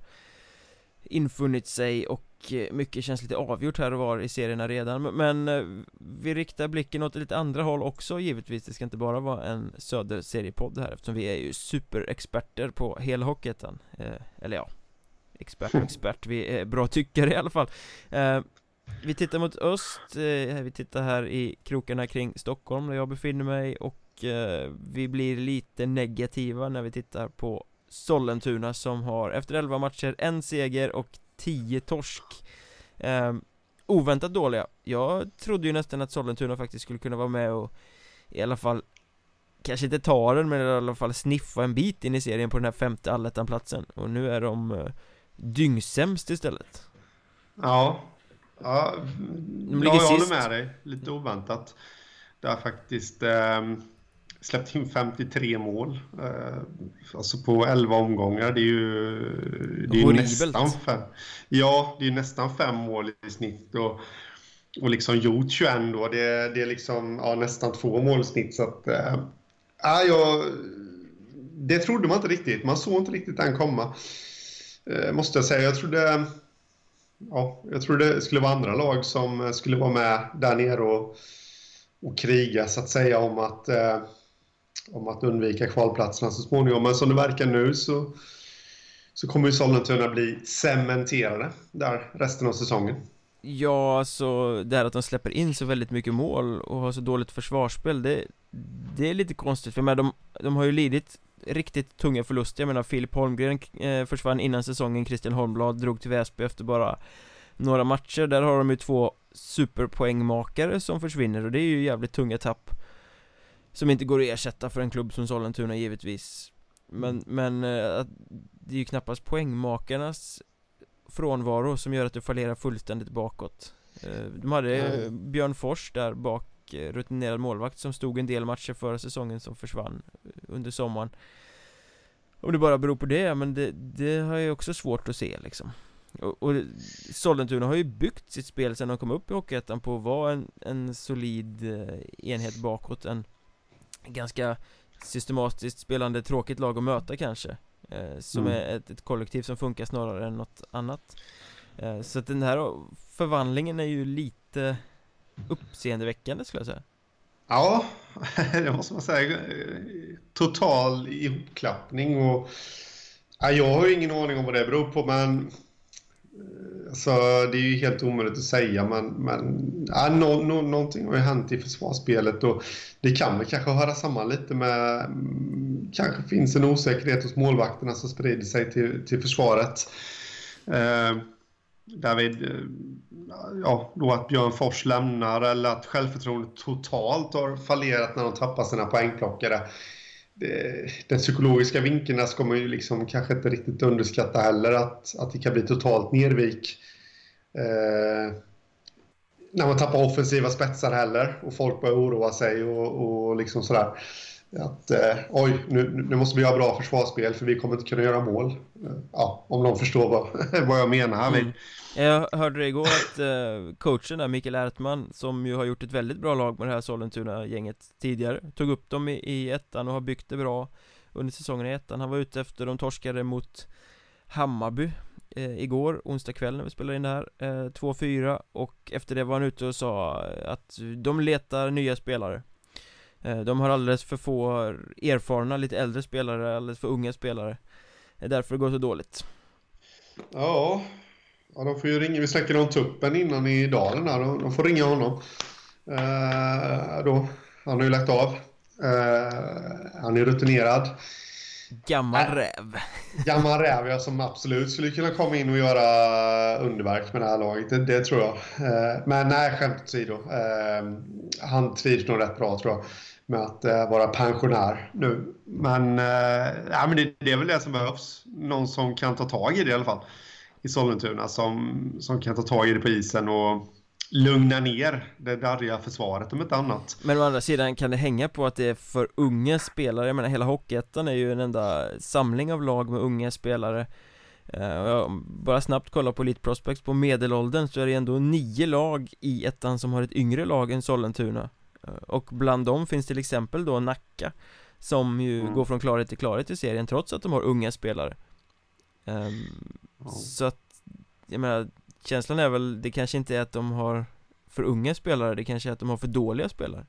infunnit sig, och mycket känns lite avgjort här och var i serierna redan. Men vi riktar blicken åt lite andra håll också, givetvis. Det ska inte bara vara en södersseriepodd här, eftersom vi är ju superexperter på hela Hockeyettan. Eller ja, expert och expert, vi är bra tyckare i alla fall. eh, Vi tittar mot öst, eh, vi tittar här i krokarna kring Stockholm där jag befinner mig, och eh, vi blir lite negativa när vi tittar på Sollentuna, som har efter elva matcher en seger och tio torsk. eh, Oväntat dåliga. Jag trodde ju nästan att Sollentuna faktiskt skulle kunna vara med och i alla fall kanske inte ta den, men i alla fall sniffa en bit in i serien på den här femte allettan-platsen. Och nu är de eh, dyngsämst istället. Ja, ja, de ja jag sist. håller med dig. Lite oväntat. Det har faktiskt eh, släppt in femtiotre mål. Eh, alltså på elva omgångar. Det är ju, det är ju nästan fem. Ja, det är nästan fem mål i snitt. Och, och liksom gjort tjugoett då. Det, det är liksom ja, nästan två mål i snitt. Så att, eh, ja, jag, det trodde man inte riktigt. Man såg inte riktigt den komma. Eh, måste jag säga. Jag trodde... Ja, jag tror det skulle vara andra lag som skulle vara med där nere och, och kriga så att säga om att, eh, om att undvika kvalplatserna så småningom. Men som det verkar nu så, så kommer ju Sollentuna bli cementerade där resten av säsongen. Ja, alltså det här att de släpper in så väldigt mycket mål och har så dåligt försvarsspel, det, det är lite konstigt. För med de, de har ju lidit riktigt tunga förluster. Jag menar, Filip Holmgren eh, försvann innan säsongen. Christian Holmblad drog till Väsby efter bara några matcher. Där har de ju två superpoängmakare som försvinner, och det är ju jävligt tunga tapp som inte går att ersätta för en klubb som Sollentuna givetvis. Men, men eh, det är ju knappast poängmakarnas frånvaro som gör att du fallerar fullständigt bakåt. eh, De hade eh, Björn Fors där bak, rutinerad målvakt, som stod en del matcher förra säsongen som försvann under sommaren. Om det bara beror på det, men det, det har jag också svårt att se liksom. Och, och Sollentuna har ju byggt sitt spel sedan de kom upp i Hockeyettan på att vara en, en solid eh, enhet bakåt. En ganska systematiskt spelande, tråkigt lag att möta kanske, eh, som mm. är ett, ett kollektiv som funkar snarare än något annat. eh, Så att den här förvandlingen är ju lite uppseendeväckande, skulle jag säga. Ja, det måste man säga. Total ihopklappning. Och, ja, jag har ju ingen aning om vad det beror på, men alltså, det är ju helt omöjligt att säga. Men, men ja, no, no, någonting har ju hänt i försvarsspelet, och det kan väl kanske höra samman lite med, kanske finns en osäkerhet hos målvakterna som sprider sig till, till försvaret. Eh, David, ja, då att Björn Fors lämnar, eller att självförtroendet totalt har fallerat när de tappar sina poängplockare. det, den psykologiska vinkeln där ska man ju liksom kanske inte riktigt underskatta heller, att, att det kan bli totalt nervik. Eh, när man tappar offensiva spetsar heller och folk börjar oroa sig och, och liksom sådär. Att eh, oj, nu, nu måste vi göra bra försvarsspel för vi kommer inte kunna göra mål. Eh, ja, om någon förstår vad, vad jag menar här. Mm. Jag hörde det igår att eh, coachen där, Mikael Ärtman, som ju har gjort ett väldigt bra lag med det här Sollentuna-gänget tidigare, tog upp dem i, i ettan och har byggt det bra under säsongen i ettan. Han var ute efter de torskade mot Hammarby eh, igår, onsdag kväll när vi spelade in det här, eh, två fyra, och efter det var han ute och sa att de letar nya spelare. eh, De har alldeles för få erfarna, lite äldre spelare, alldeles för unga spelare. Det är därför det går så dåligt. Ja, ja de får ju ringa, vi snackade om Tuppen innan i dalen där, de, de får ringa honom. eh, då, Han har ju lagt av. eh, Han är rutinerad. Gammal räv. Gammal räv, ja, som absolut skulle kunna komma in och göra underverk med det här laget, det, det tror jag. Eh, men nej, skämt åsido. Eh, han trivs nog rätt bra, tror jag, med att eh, vara pensionär nu. Men, eh, ja, men det, det är väl det som behövs. Någon som kan ta tag i det i alla fall. I Sollentuna, som, som kan ta tag i det på isen och lugna ner det darriga försvaret om ett annat. Men å andra sidan kan det hänga på att det är för unga spelare. Jag menar, hela Hockeyettan är ju en enda samling av lag med unga spelare. uh, Jag bara snabbt kolla på Elite Prospects på medelåldern, så är det ändå nio lag i ettan som har ett yngre lag än Sollentuna. uh, Och bland dem finns till exempel då Nacka, som ju mm. går från klarhet till klarhet i serien trots att de har unga spelare. um, mm. Så att, jag menar, känslan är väl, det kanske inte är att de har för unga spelare, det kanske är att de har för dåliga spelare.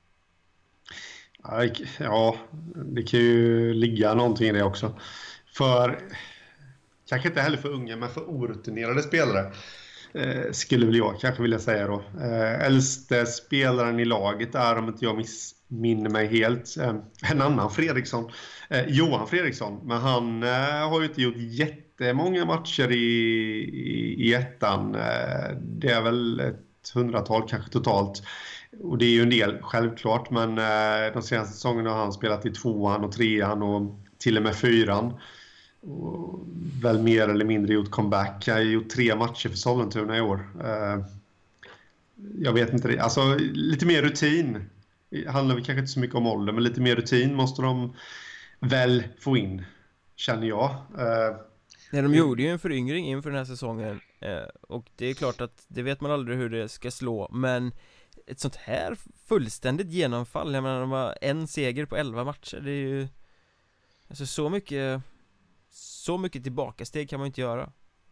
Ja, det kan ju ligga någonting i det också. För, kanske inte heller för unga, men för orutinerade spelare, eh, skulle väl jag kanske vilja säga då. Eh, äldste spelaren i laget är, om inte jag missminner mig helt, eh, en annan Fredriksson, eh, Johan Fredriksson. Men han eh, har ju inte gjort jättemånga matcher i, i, i ettan. Eh, det är väl ett hundratal kanske totalt. Och det är ju en del, självklart, men eh, de senaste säsongerna har han spelat i tvåan och trean och till och med fyran. Och väl mer eller mindre gjort comeback. Jag har gjort tre matcher för Sollentuna i år. Eh, jag vet inte det. Alltså, lite mer rutin. Det handlar väl kanske inte så mycket om ålder, men lite mer rutin måste de väl få in, känner jag. Eh, Ja, de gjorde ju en föryngring inför den här säsongen, eh, och det är klart att det vet man aldrig hur det ska slå, men ett sånt här fullständigt genomfall, jag menar, de har en seger på elva matcher, det är ju alltså så mycket så mycket tillbakasteg kan man inte göra.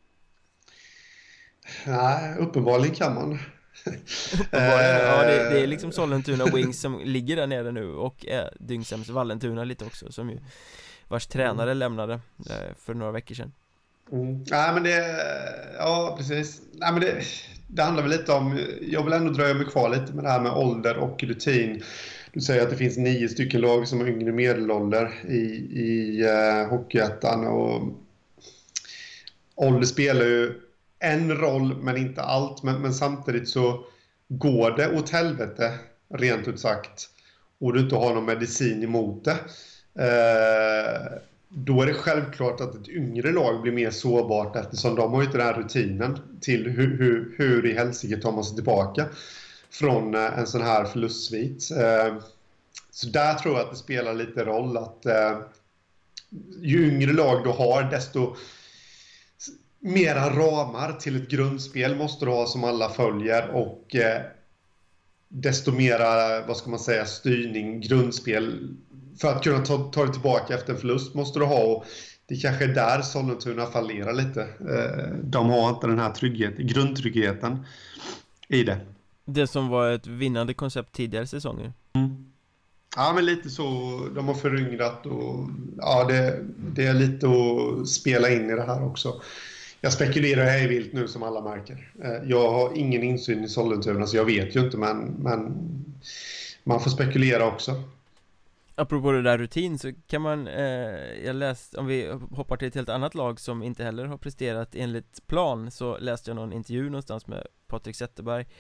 Nej, uppenbarligen kan man. Uppenbarligen, ja, det, det är liksom Sollentuna Wings som ligger där nere nu, och eh, Dyngsäms Vallentuna lite också, som ju vars tränare mm. lämnade eh, för några veckor sedan. Mm. Nej, men det, ja, precis. Nej, men det, det handlar väl lite om, jag vill ändå dröja mig kvar lite med det här med ålder och rutin. Du säger att det finns nio stycken lag som har yngre medelålder i, i uh, Hockeyettan, och ålder spelar ju en roll men inte allt, men, men samtidigt så går det åt helvete, rent ut sagt, och du inte har någon medicin emot det. Uh, då är det självklart att ett yngre lag blir mer sårbart, eftersom de har ju inte den här rutinen till hur, hur, hur i helsike tar man sig tillbaka från en sån här förlustsvit. Så där tror jag att det spelar lite roll att ju yngre lag du har, desto mera ramar till ett grundspel måste du ha som alla följer, och desto mera, vad ska man säga, styrning, grundspel för att kunna ta, ta det tillbaka efter en förlust måste du ha, och det kanske är där Sollentuna fallerar lite. De har inte den här tryggheten, grundtryggheten i det. Det som var ett vinnande koncept tidigare säsonger. Mm. Ja, men lite så, de har föryngrat, och ja, det, det är lite att spela in i det här också. Jag spekulerar hej vilt nu, som alla märker. Jag har ingen insyn i Sollentuna, så jag vet ju inte, men, men man får spekulera också. Apropå det där rutin, så kan man, eh, jag läste, om vi hoppar till ett helt annat lag som inte heller har presterat enligt plan, så läste jag någon intervju någonstans med Patrik Zetterberg,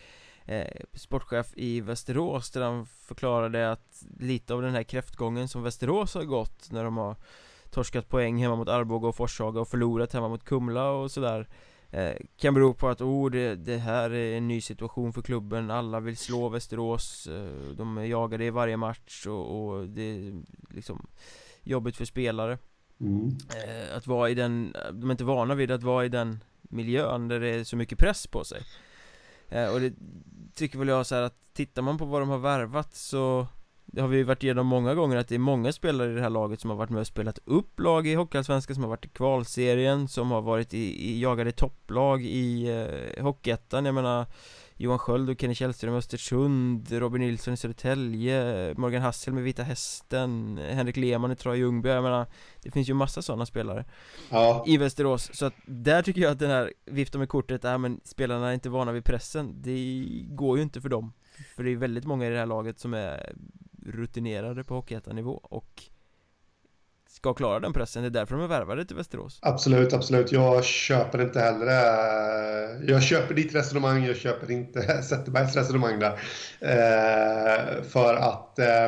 eh, sportchef i Västerås, där han förklarade att lite av den här kräftgången som Västerås har gått när de har torskat poäng hemma mot Arboga och Forshaga och förlorat hemma mot Kumla och sådär, eh, kan bero på att oh, det, det här är en ny situation för klubben, alla vill slå Västerås, eh, de är jagade i varje match och, och det är liksom jobbigt för spelare. Mm. eh, att vara i den, de är inte vana vid att vara i den miljön där det är så mycket press på sig, eh, och det tycker väl jag så här att tittar man på vad de har värvat, så det har vi varit igenom många gånger, att det är många spelare i det här laget som har varit med och spelat upp lag i Hockeyallsvenskan, som har varit i kvalserien, som har varit i, i jagade topplag i eh, Hockeyettan. Jag menar Johan Sköld och Kenny Källström i Östersund, Robin Nilsson i Södertälje, Morgan Hassel med Vita Hästen, Henrik Lehmann i Troja Ljungby. Jag menar, det finns ju massa sådana spelare ja. i Västerås. Så att där tycker jag att den här viften med kortet, äh, men spelarna är inte vana vid pressen, det går ju inte för dem. För det är väldigt många i det här laget som är rutinerade på Hockeyettan-nivå och ska klara den pressen. Det är därför de är värvade till Västerås. Absolut, absolut. Jag köper inte heller det. Jag köper ditt resonemang, jag köper inte Zetterbergs resonemang där. Eh, för att eh,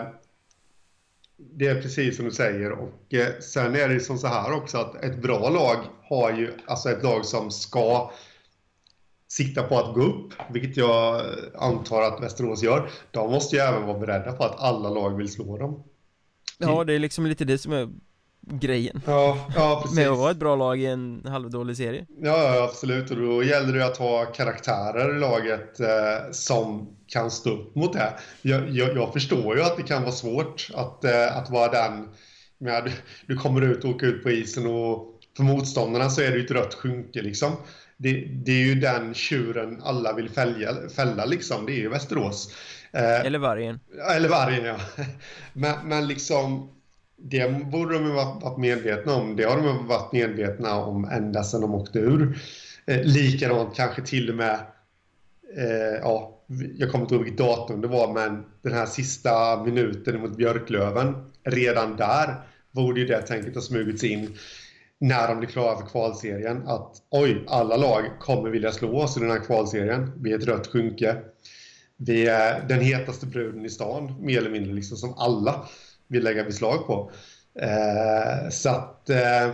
det är precis som du säger. Och eh, sen är det som så här också, att ett bra lag har ju, alltså ett lag som ska sikta på att gå upp, vilket jag antar att Västerås gör. De måste ju även vara beredda på att alla lag vill slå dem. Ja, det är liksom lite det som är grejen. Ja, ja precis. Med att vara ett bra lag i en halvdålig serie. Ja, absolut. Och då gäller det att ha karaktärer i laget eh, som kan stå upp mot det. Jag, jag, jag förstår ju att det kan vara svårt att, eh, att vara den med, du, du kommer ut och åker ut på isen, och för motståndarna så är det ju ett rött skynke liksom. Det, det är ju den tjuren alla vill fälja, fälla liksom. Det är ju Västerås. Eh, eller vargen. Eller vargen, ja. Men, men liksom, det borde de ju varit medvetna om. Det har de varit medvetna om ända sedan de åkte ur. Eh, likadant kanske till och med, eh, ja, jag kommer inte ihåg vilket datum det var, men den här sista minuten mot Björklöven, redan där borde ju det tänket ha smugits in när de blir klara för kvalserien, att oj, alla lag kommer vilja slå oss i den här kvalserien. Vi är ett rött skynke. Vi är den hetaste bruden i stan, mer eller mindre, liksom, som alla vill lägga beslag på. Eh, så att eh,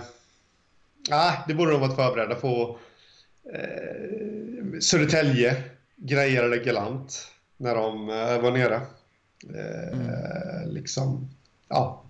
det borde de varit förberedda på. Eh, Södertälje grejade galant när de eh, var nere. Eh, mm. Liksom, ja.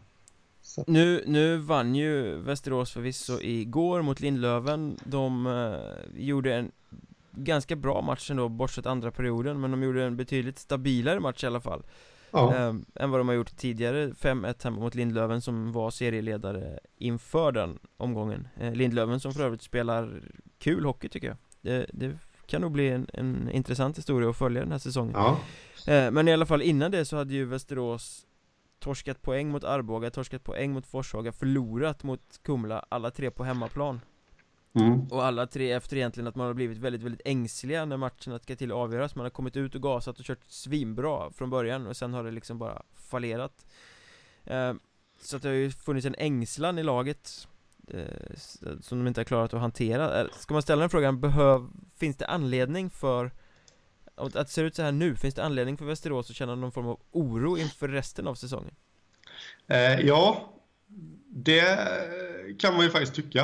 Nu, nu vann ju Västerås förvisso igår mot Lindlöven. De eh, gjorde en ganska bra match ändå, bortsett andra perioden, men de gjorde en betydligt stabilare match i alla fall, ja. eh, än vad de har gjort tidigare. Fem ett hemma mot Lindlöven, som var serieledare inför den omgången. eh, Lindlöven som för övrigt spelar kul hockey, tycker jag. Det, det kan nog bli en, en intressant historia att följa den här säsongen, ja. eh, Men i alla fall innan det så hade ju Västerås torskat poäng mot Arboga, torskat poäng mot Forshaga, förlorat mot Kumla, alla tre på hemmaplan. Mm. Och alla tre efter egentligen att man har blivit väldigt, väldigt ängsliga när matchen ska till att avgöras. Man har kommit ut och gasat och kört svinbra från början, och sen har det liksom bara fallerat. eh, Så att det har ju funnits en ängslan i laget eh, som de inte har klarat att hantera. Ska man ställa den frågan, behöv, finns det anledning för att det ser ut så här nu? Finns det anledning för Västerås att känna någon form av oro inför resten av säsongen? Eh, ja, det kan man ju faktiskt tycka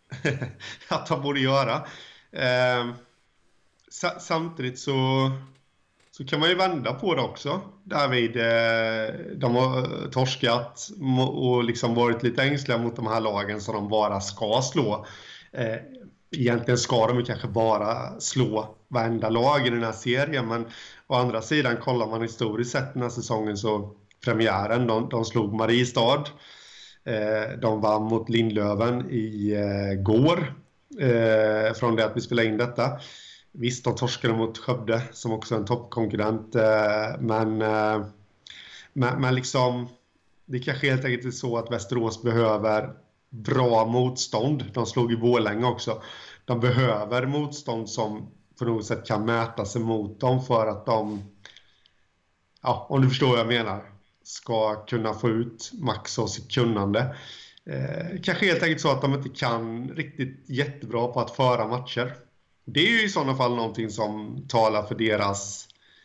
att de borde göra. Eh, sa- samtidigt så, så kan man ju vända på det också. Därvid eh, de har torskat och liksom varit lite ängsliga mot de här lagen som de bara ska slå. Eh, Egentligen ska de ju kanske bara slå varenda lag i den här serien, men å andra sidan, kollar man historiskt sett den här säsongen, så premiären, de, de slog Mariestad, eh, de vann mot Lindlöven i eh, går, eh, från det att vi spelade in detta. Visst, de torskade mot Skövde som också är en toppkonkurrent, eh, men, eh, men, men liksom, det kanske helt enkelt är så att Västerås behöver bra motstånd. De slog i Borlänge också. De behöver motstånd som på något sätt kan mäta sig mot dem, för att de, ja, om du förstår vad jag menar, ska kunna få ut max av sitt kunnande. Eh, kanske helt enkelt så att de inte kan riktigt jättebra på att föra matcher. Det är ju i sådana fall någonting som talar för deras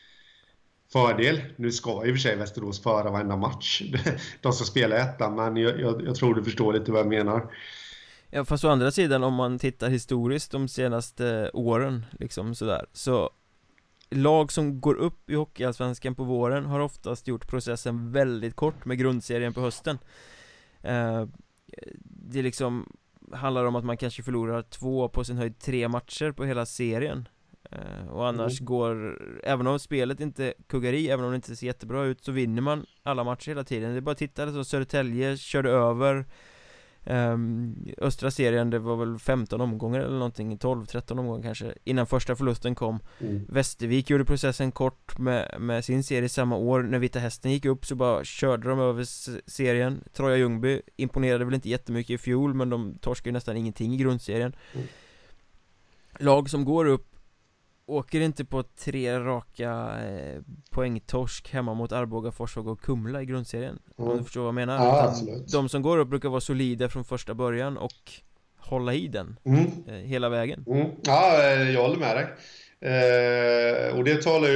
fördel. Nu ska i och för sig Västerås föra varenda match. De ska spela ettan, men jag, jag, jag tror du förstår lite vad jag menar. Ja, fast å andra sidan om man tittar historiskt de senaste åren liksom sådär, så lag som går upp i Hockeyallsvenskan på våren har oftast gjort processen väldigt kort med grundserien på hösten. eh, Det liksom handlar om att man kanske förlorar två, på sin höjd tre matcher på hela serien. eh, Och annars mm. går, även om spelet inte kuggar i, även om det inte ser jättebra ut, så vinner man alla matcher hela tiden. Det är bara att titta, så Södertälje körde över Um, östra serien, det var väl femton omgångar eller någonting, tolv tretton omgångar kanske innan första förlusten kom. mm. Västervik gjorde processen kort med, med sin serie samma år. När Vita Hästen gick upp så bara körde de över serien. Troja Ljungby imponerade väl inte jättemycket i fjol, men de torskade nästan ingenting i grundserien. mm. Lag som går upp åker inte på tre raka eh, poängtorsk hemma mot Arboga, Forsvåg och Kumla i grundserien. mm. Om du förstår vad jag menar. Ja, de som går upp brukar vara solida från första början och hålla i den mm. eh, hela vägen. mm. Ja, jag håller med dig. eh, Och det talar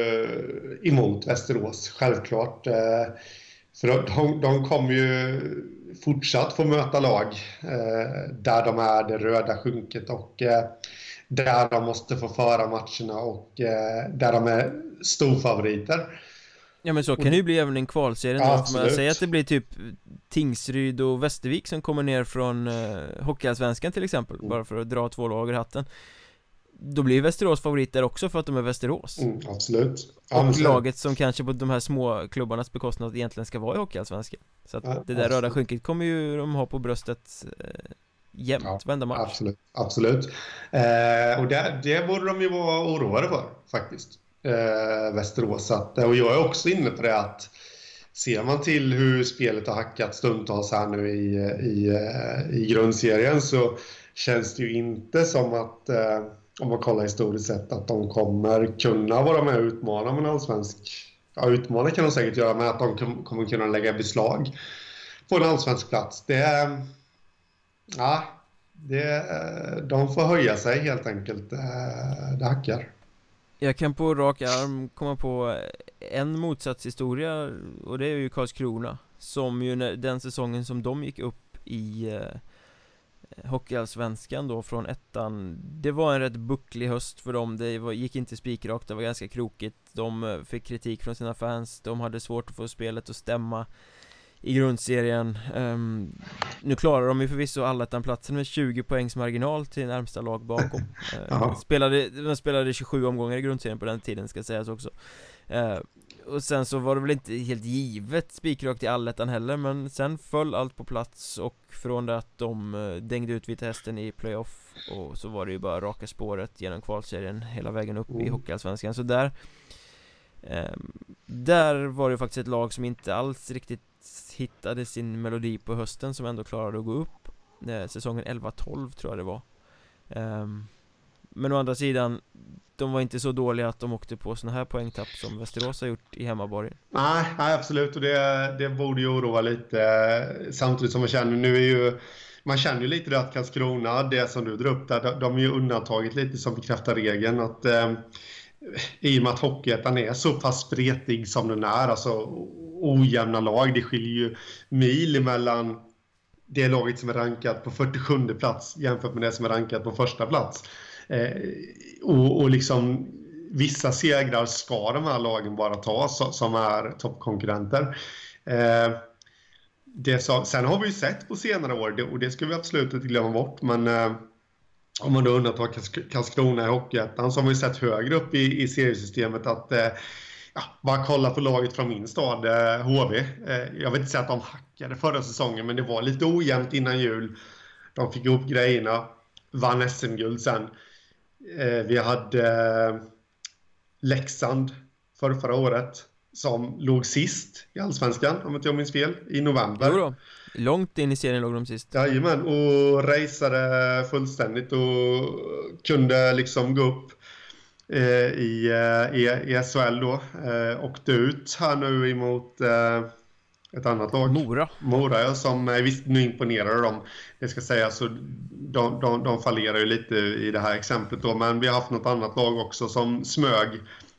ju emot Västerås, självklart. eh, För de, de kommer ju fortsatt få möta lag eh, där de är det röda skynket och eh, där de måste få föra matcherna och eh, där de är storfavoriter. Ja, men så kan det ju bli även en kvalserie. Ja, man säger att det blir typ Tingsryd och Västervik som kommer ner från eh, Hockeyallsvenskan till exempel, mm. bara för att dra två lag ur hatten. Då blir Västerås favoriter också för att de är Västerås. Mm, absolut. Och absolut. laget som kanske på de här små klubbarnas bekostnad egentligen ska vara i Hockeyallsvenskan. Så att ja, det där röda skynket kommer ju de ha på bröstet eh, jämt, ja, varenda match. Absolut, absolut. Eh, och det, det borde de ju vara oroade för faktiskt, eh, Västerås. Att, och jag är också inne på det att ser man till hur spelet har hackat stundtals här nu i, i, i grundserien, så känns det ju inte som att, eh, om man kollar historiskt sett, att de kommer kunna vara med och utmana med en allsvensk. Ja, utmana kan de säkert göra, med att de kommer kunna lägga beslag på en allsvensk plats. Det är... Ja, det, de får höja sig helt enkelt. Det hackar. Jag kan på rak arm komma på en motsatshistoria, och det är ju Karlskrona, som ju när, den säsongen som de gick upp i eh, Hockeyallsvenskan då från ettan, det var en rätt bucklig höst för dem. Det var, gick inte spikrakt, det var ganska krokigt. De fick kritik från sina fans, de hade svårt att få spelet att stämma i grundserien. um, Nu klarar de ju förvisso allettan-platsen med tjugo poängs marginal till närmsta lag bakom. uh, spelade, De spelade tjugosju omgångar i grundserien på den tiden, ska sägas också. uh, Och sen så var det väl inte helt givet spikrakt i allettan heller, men sen föll allt på plats, och från det att de uh, dängde ut Vita Hästen i playoff, och så var det ju bara raka spåret genom kvalserien hela vägen upp mm. i Hockeyallsvenskan. Så där um, där var det faktiskt ett lag som inte alls riktigt hittade sin melodi på hösten, som ändå klarade att gå upp. eh, Säsongen elva tolv tror jag det var. um, Men å andra sidan, de var inte så dåliga att de åkte på såna här poängtapp som Västerås har gjort i hemmaborgen. Nej, nej absolut, och det, det borde ju oroa lite. Samtidigt som man känner nu är ju man känner ju lite att Karlskrona, det som du drar upp där, de, de är ju undantaget lite som bekräftar regeln, att eh, i och med att Hockeyettan är så pass spretig som den är, alltså ojämna lag, det skiljer ju mil mellan det laget som är rankat på fyrtiosjunde plats jämfört med det som är rankat på första plats. Eh, och, och liksom vissa segrar ska de här lagen bara ta så, som är toppkonkurrenter. Eh, det så, sen har vi ju sett på senare år, det, och det ska vi absolut inte glömma bort, men eh, om man då undantar Karlskrona i Hockeyettan, så har vi sett högre upp i, i seriesystemet att eh, ja, bara kolla på laget från min stad, eh, H V. Eh, jag vill inte säga att de hackade förra säsongen, men det var lite ojämnt innan jul. De fick ihop grejerna, vann S M-guld sen. Eh, vi hade eh, Leksand för förra året som låg sist i Allsvenskan, om inte jag minns fel, i november. Jo då. Långt in i serien låg de sist. Jajamän, och raceade fullständigt och kunde liksom gå upp eh, i, eh, i S H L då. Eh, åkte ut här nu emot eh, ett annat lag. Mora. Mora, ja, som eh, visst nu imponerade dem. Det ska säga, så de, de, de fallerar ju lite i det här exemplet då. Men vi har haft något annat lag också som smög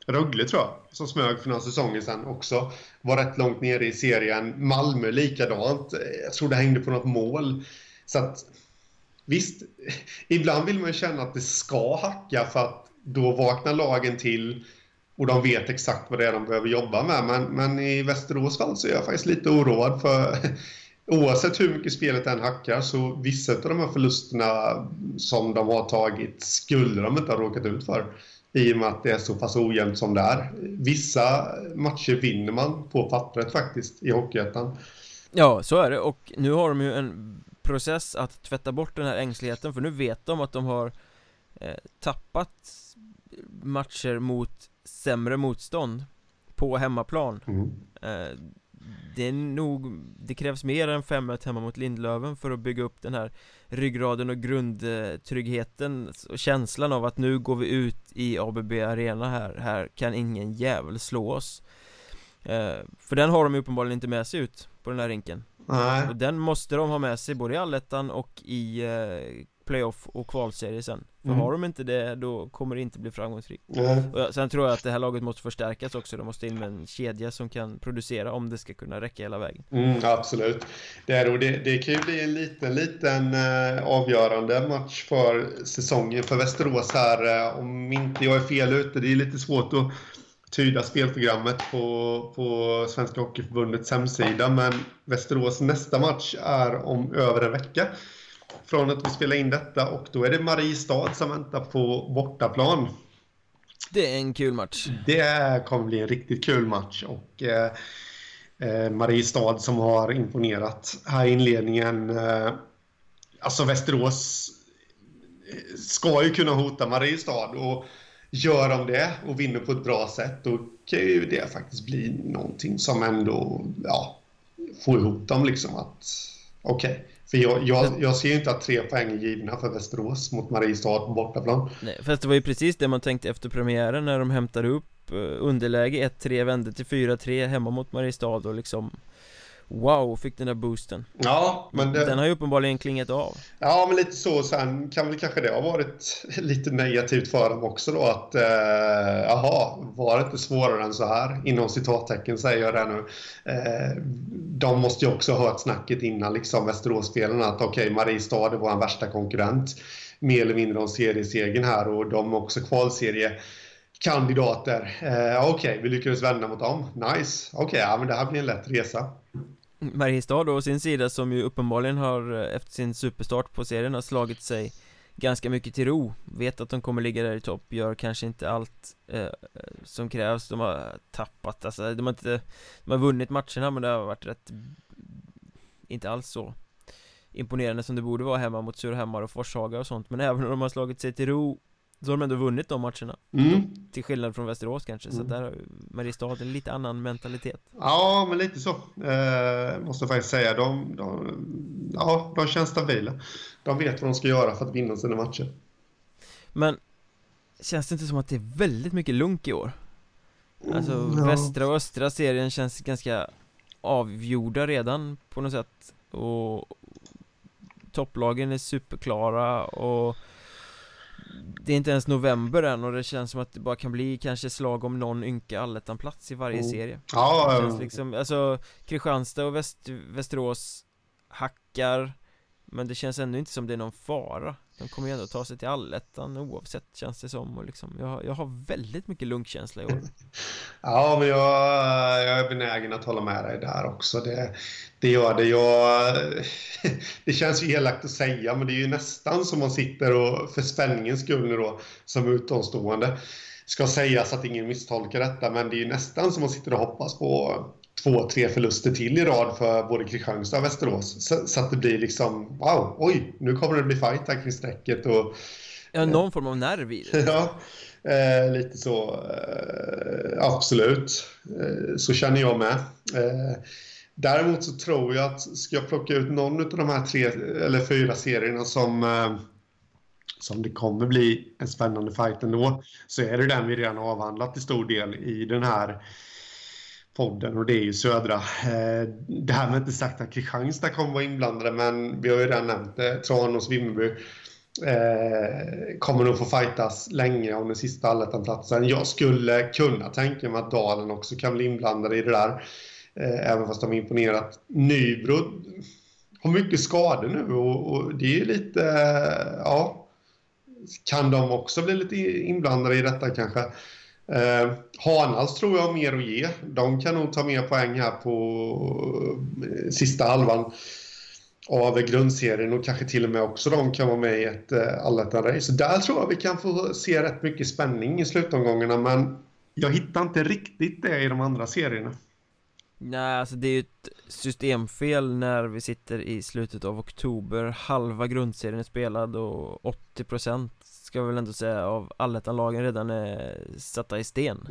Rögle tror jag, som smög för några säsonger sedan också. Var rätt långt nere i serien. Malmö likadant. Jag tror det hängde på något mål. Så att, visst, ibland vill man ju känna att det ska hacka för att då vaknar lagen till och de vet exakt vad det är de behöver jobba med. Men, men i Västerås fall så är jag faktiskt lite oroad för oavsett hur mycket spelet än hackar så vissa av de här förlusterna som de har tagit skulle de inte ha råkat ut för. I och med att det är så pass ojämnt som det är. Vissa matcher vinner man på pappret faktiskt i Hockeyettan. Ja, så är det. Och nu har de ju en process att tvätta bort den här ängsligheten. För nu vet de att de har eh, tappat matcher mot sämre motstånd på hemmaplan. Mm. Eh, det är nog, det krävs mer än fem ett hemma mot Lindlöven för att bygga upp den här ryggraden och grundtryggheten och känslan av att nu går vi ut i A B B Arena här, här kan ingen jävel slå oss. Eh, för den har de uppenbarligen inte med sig ut på den här rinken. Nej. Och den måste de ha med sig både i allettan och i eh, playoff och kvalserie sen. För Mm. har de inte det, då kommer det inte bli framgångsrikt. Mm. Och sen tror jag att det här laget måste förstärkas också. De måste in med en kedja som kan producera om det ska kunna räcka hela vägen. Mm, absolut. Det, är, och det, det kan ju bli en liten, liten eh, avgörande match för säsongen för Västerås här. Eh, om inte jag är fel ute, det är lite svårt att tyda spelprogrammet på, på Svenska Hockeyförbundets hemsida. Men Västerås nästa match är om över en vecka från att vi spelar in detta. Och då är det Mariestad som väntar på bortaplan. Det är en kul match. Det kommer bli en riktigt kul match. Och eh, eh, Mariestad som har imponerat här i inledningen. Eh, alltså Västerås ska ju kunna hota Mariestad. Och gör de det och vinner på ett bra sätt, då kan ju det faktiskt bli någonting som ändå ja, får ihop dem liksom att okej. Okay. För jag, jag, jag ser ju inte att tre poäng är givna för Västerås mot Mariestad på bortaplan. Nej, fast det var ju precis det man tänkte efter premiären när de hämtade upp underläge ett tre, vände till fyra tre hemma mot Mariestad och liksom wow, fick den där boosten. Ja, men det, den har ju uppenbarligen klingat av. Ja, men lite så. Sen kan väl kanske det ha varit lite negativt för dem också då. Att, eh, jaha, var det inte svårare än så här? Inom citattecken säger jag det nu. Eh, de måste ju också ha hört snacket innan liksom Västerås-spelarna att okej, okay, Mariestad det var en värsta konkurrent. Mer eller mindre om seriesegen här och de är också kvalseriekandidater. Eh, okej, okay, vi lyckades vända mot dem. Nice. Okej, okay, ja, men det här blir en lätt resa. Mariestad då, å sin sida som ju uppenbarligen har efter sin superstart på serien har slagit sig ganska mycket till ro. Vet att de kommer ligga där i topp, gör kanske inte allt eh, som krävs. De har tappat, alltså de har inte de har vunnit matcherna men det har varit rätt inte alls så imponerande som det borde vara hemma mot Surhammar och Forshaga och sånt. Men även om de har slagit sig till ro så har de ändå vunnit de matcherna. Mm. Till skillnad från Västerås kanske. Mm. Så där har Mariestad en lite annan mentalitet. Ja, men lite så. Eh, måste jag faktiskt säga. De, de, ja, de känns stabila. De vet vad de ska göra för att vinna sina matcher. Men känns det inte som att det är väldigt mycket lunk i år? Alltså Mm, ja. västra och östra serien känns ganska avgjorda redan på något sätt. Och topplagen är superklara och det är inte ens november än och det känns som att det bara kan bli kanske slag om någon ynka allettan-plats i varje Mm. serie. Ja, Det känns liksom, alltså Kristianstad och Väst, Västerås hackar, men det känns ändå inte som det är någon fara. De kommer ju ändå ta sig till allettan oavsett, känns det som. Och liksom, jag, jag har väldigt mycket lunkkänsla i år. ja, men jag, jag är benägen att hålla med dig där också. Det, det gör det. Jag, det känns ju elakt att säga, men det är ju nästan som man sitter och för spänningens skull nu då, som utomstående ska sägas att ingen misstolkar detta, men det är ju nästan som man sitter och hoppas på två, tre förluster till i rad för både Kristianstad och Västerås. Så, så att det blir liksom, wow, oj, nu kommer det bli fight här kring strecket. Och, Ja, någon form av nerv i det. ja, eh, lite så. Eh, absolut. Eh, så känner jag med. Eh, däremot så tror jag att ska jag plocka ut någon av de här tre eller fyra serierna som, eh, som det kommer bli en spännande fight ändå, så är det den vi redan har avhandlat i stor del i den här podden, och det är ju södra. Eh, det här med inte sagt att Kristianstad kommer vara inblandade, men vi har ju redan nämnt det, Tranås, Vimmerby. eh, kommer nog få fightas länge om den sista allettan-platsen. Jag skulle kunna tänka mig att Dalen också kan bli inblandade i det där. Eh, även fast de har imponerat. Nybro har mycket skador nu och, och det är lite, eh, ja, kan de också bli lite inblandade i detta kanske. Eh, Hanals tror jag har mer att ge. De kan nog ta mer poäng här på eh, sista halvan av grundserien och kanske till och med också de kan vara med i ett eh, allettan-race. Så där tror jag vi kan få se rätt mycket spänning i slutomgångarna, men jag hittar inte riktigt det i de andra serierna. Nej, alltså det är ju ett systemfel när vi sitter i slutet av oktober. Halva grundserien är spelad och åttio procent ska vi väl ändå säga av allettanlagen redan är satta i sten.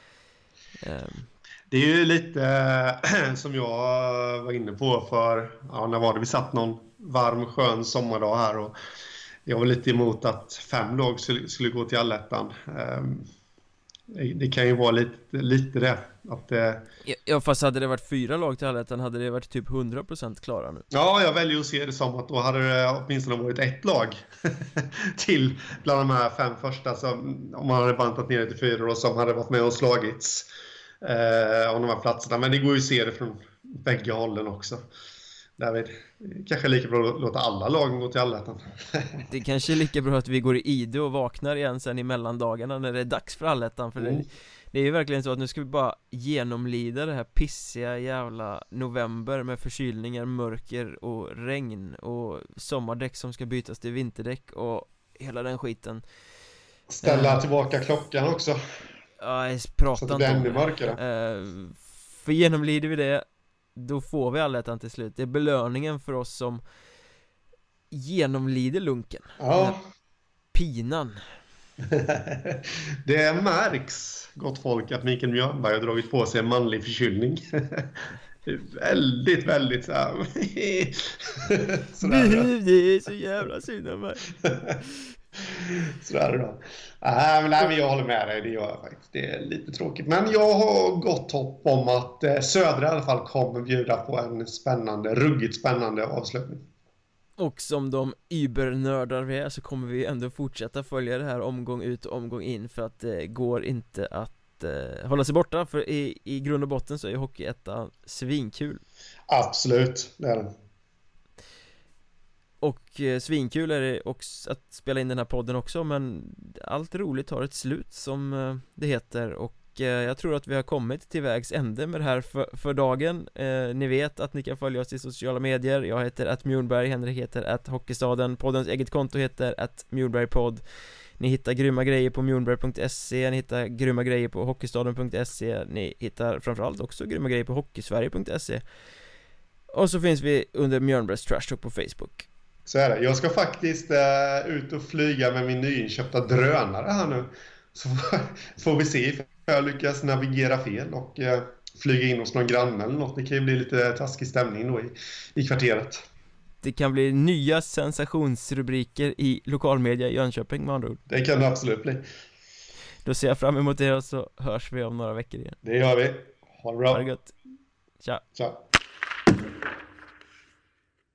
um. Det är ju lite som jag var inne på för, ja, när var det vi satt någon varm skön sommardag här och jag var lite emot att fem lag skulle, skulle gå till allettan. um, Det kan ju vara lite, lite det att det... Ja, fast hade det varit fyra lag till allettan hade det varit typ hundra procent klara nu. Ja, jag väljer att se det som att då hade det åtminstone varit ett lag till bland de här fem första som, om man hade bantat ner till fyra och som hade varit med och slagits eh, om de här platserna. Men det går ju att se det från bägge hållen också. David, kanske lika bra att låta alla lagen gå till allettan. Det kanske är lika bra att vi går i ide och vaknar igen sen i mellandagarna när det är dags för allettan. För mm. det, det är ju verkligen så att nu ska vi bara genomlida det här pissiga jävla november med förkylningar, mörker och regn och sommardäck som ska bytas till vinterdäck och hela den skiten. Ställa uh, tillbaka klockan också. Ja, jag pratar inte om det. Mörkare. Uh, för genomlider vi det, då får vi allettan till slut. Det är belöningen för oss som genomlider lunken. Ja. Pinan. Det märks, gott folk, att Mikael Mjörnberg har dragit på sig en manlig förkylning. Det är väldigt, väldigt så här. Sådär. Det är så jävla synd om mig. Sådär då. Nej, men, nej, men jag håller med dig, det gör jag faktiskt. Det är lite tråkigt. Men jag har gott hopp om att eh, Södra i alla fall kommer bjuda på en spännande, ruggigt spännande avslutning. Och som de übernördar vi är så kommer vi ändå fortsätta följa det här omgång ut och omgång in. För att det eh, går inte att eh, hålla sig borta. För i, i grund och botten så är hockey etta svinkul. Absolut, det är det. Och eh, svinkul är det också att spela in den här podden också. Men allt roligt har ett slut som eh, det heter. Och eh, jag tror att vi har kommit till vägs ände med det här för, för dagen. eh, Ni vet att ni kan följa oss i sociala medier. Jag heter att Mjornberg, Henrik heter att Hockeystaden. Poddens eget konto heter att Mjornbergpodd. Ni hittar grymma grejer på mjornberg punkt se. Ni hittar grymma grejer på hockeystaden punkt se. Ni hittar framförallt också grymma grejer på hockeysverige punkt se. Och så finns vi under Mjörnbergs Trash Talk på Facebook. Så är det. Jag ska faktiskt uh, ut och flyga med min nyinköpta drönare här nu. Så får vi se if jag lyckas navigera fel och uh, flyga in hos någon granne eller något. Det kan ju bli lite taskig stämning då i, i kvarteret. Det kan bli nya sensationsrubriker i lokalmedia i Jönköping med andra ord. Det kan det absolut bli. Då ser jag fram emot det och så hörs vi om några veckor igen. Det gör vi. Ha det bra. Ha det gott. Tja. Tja.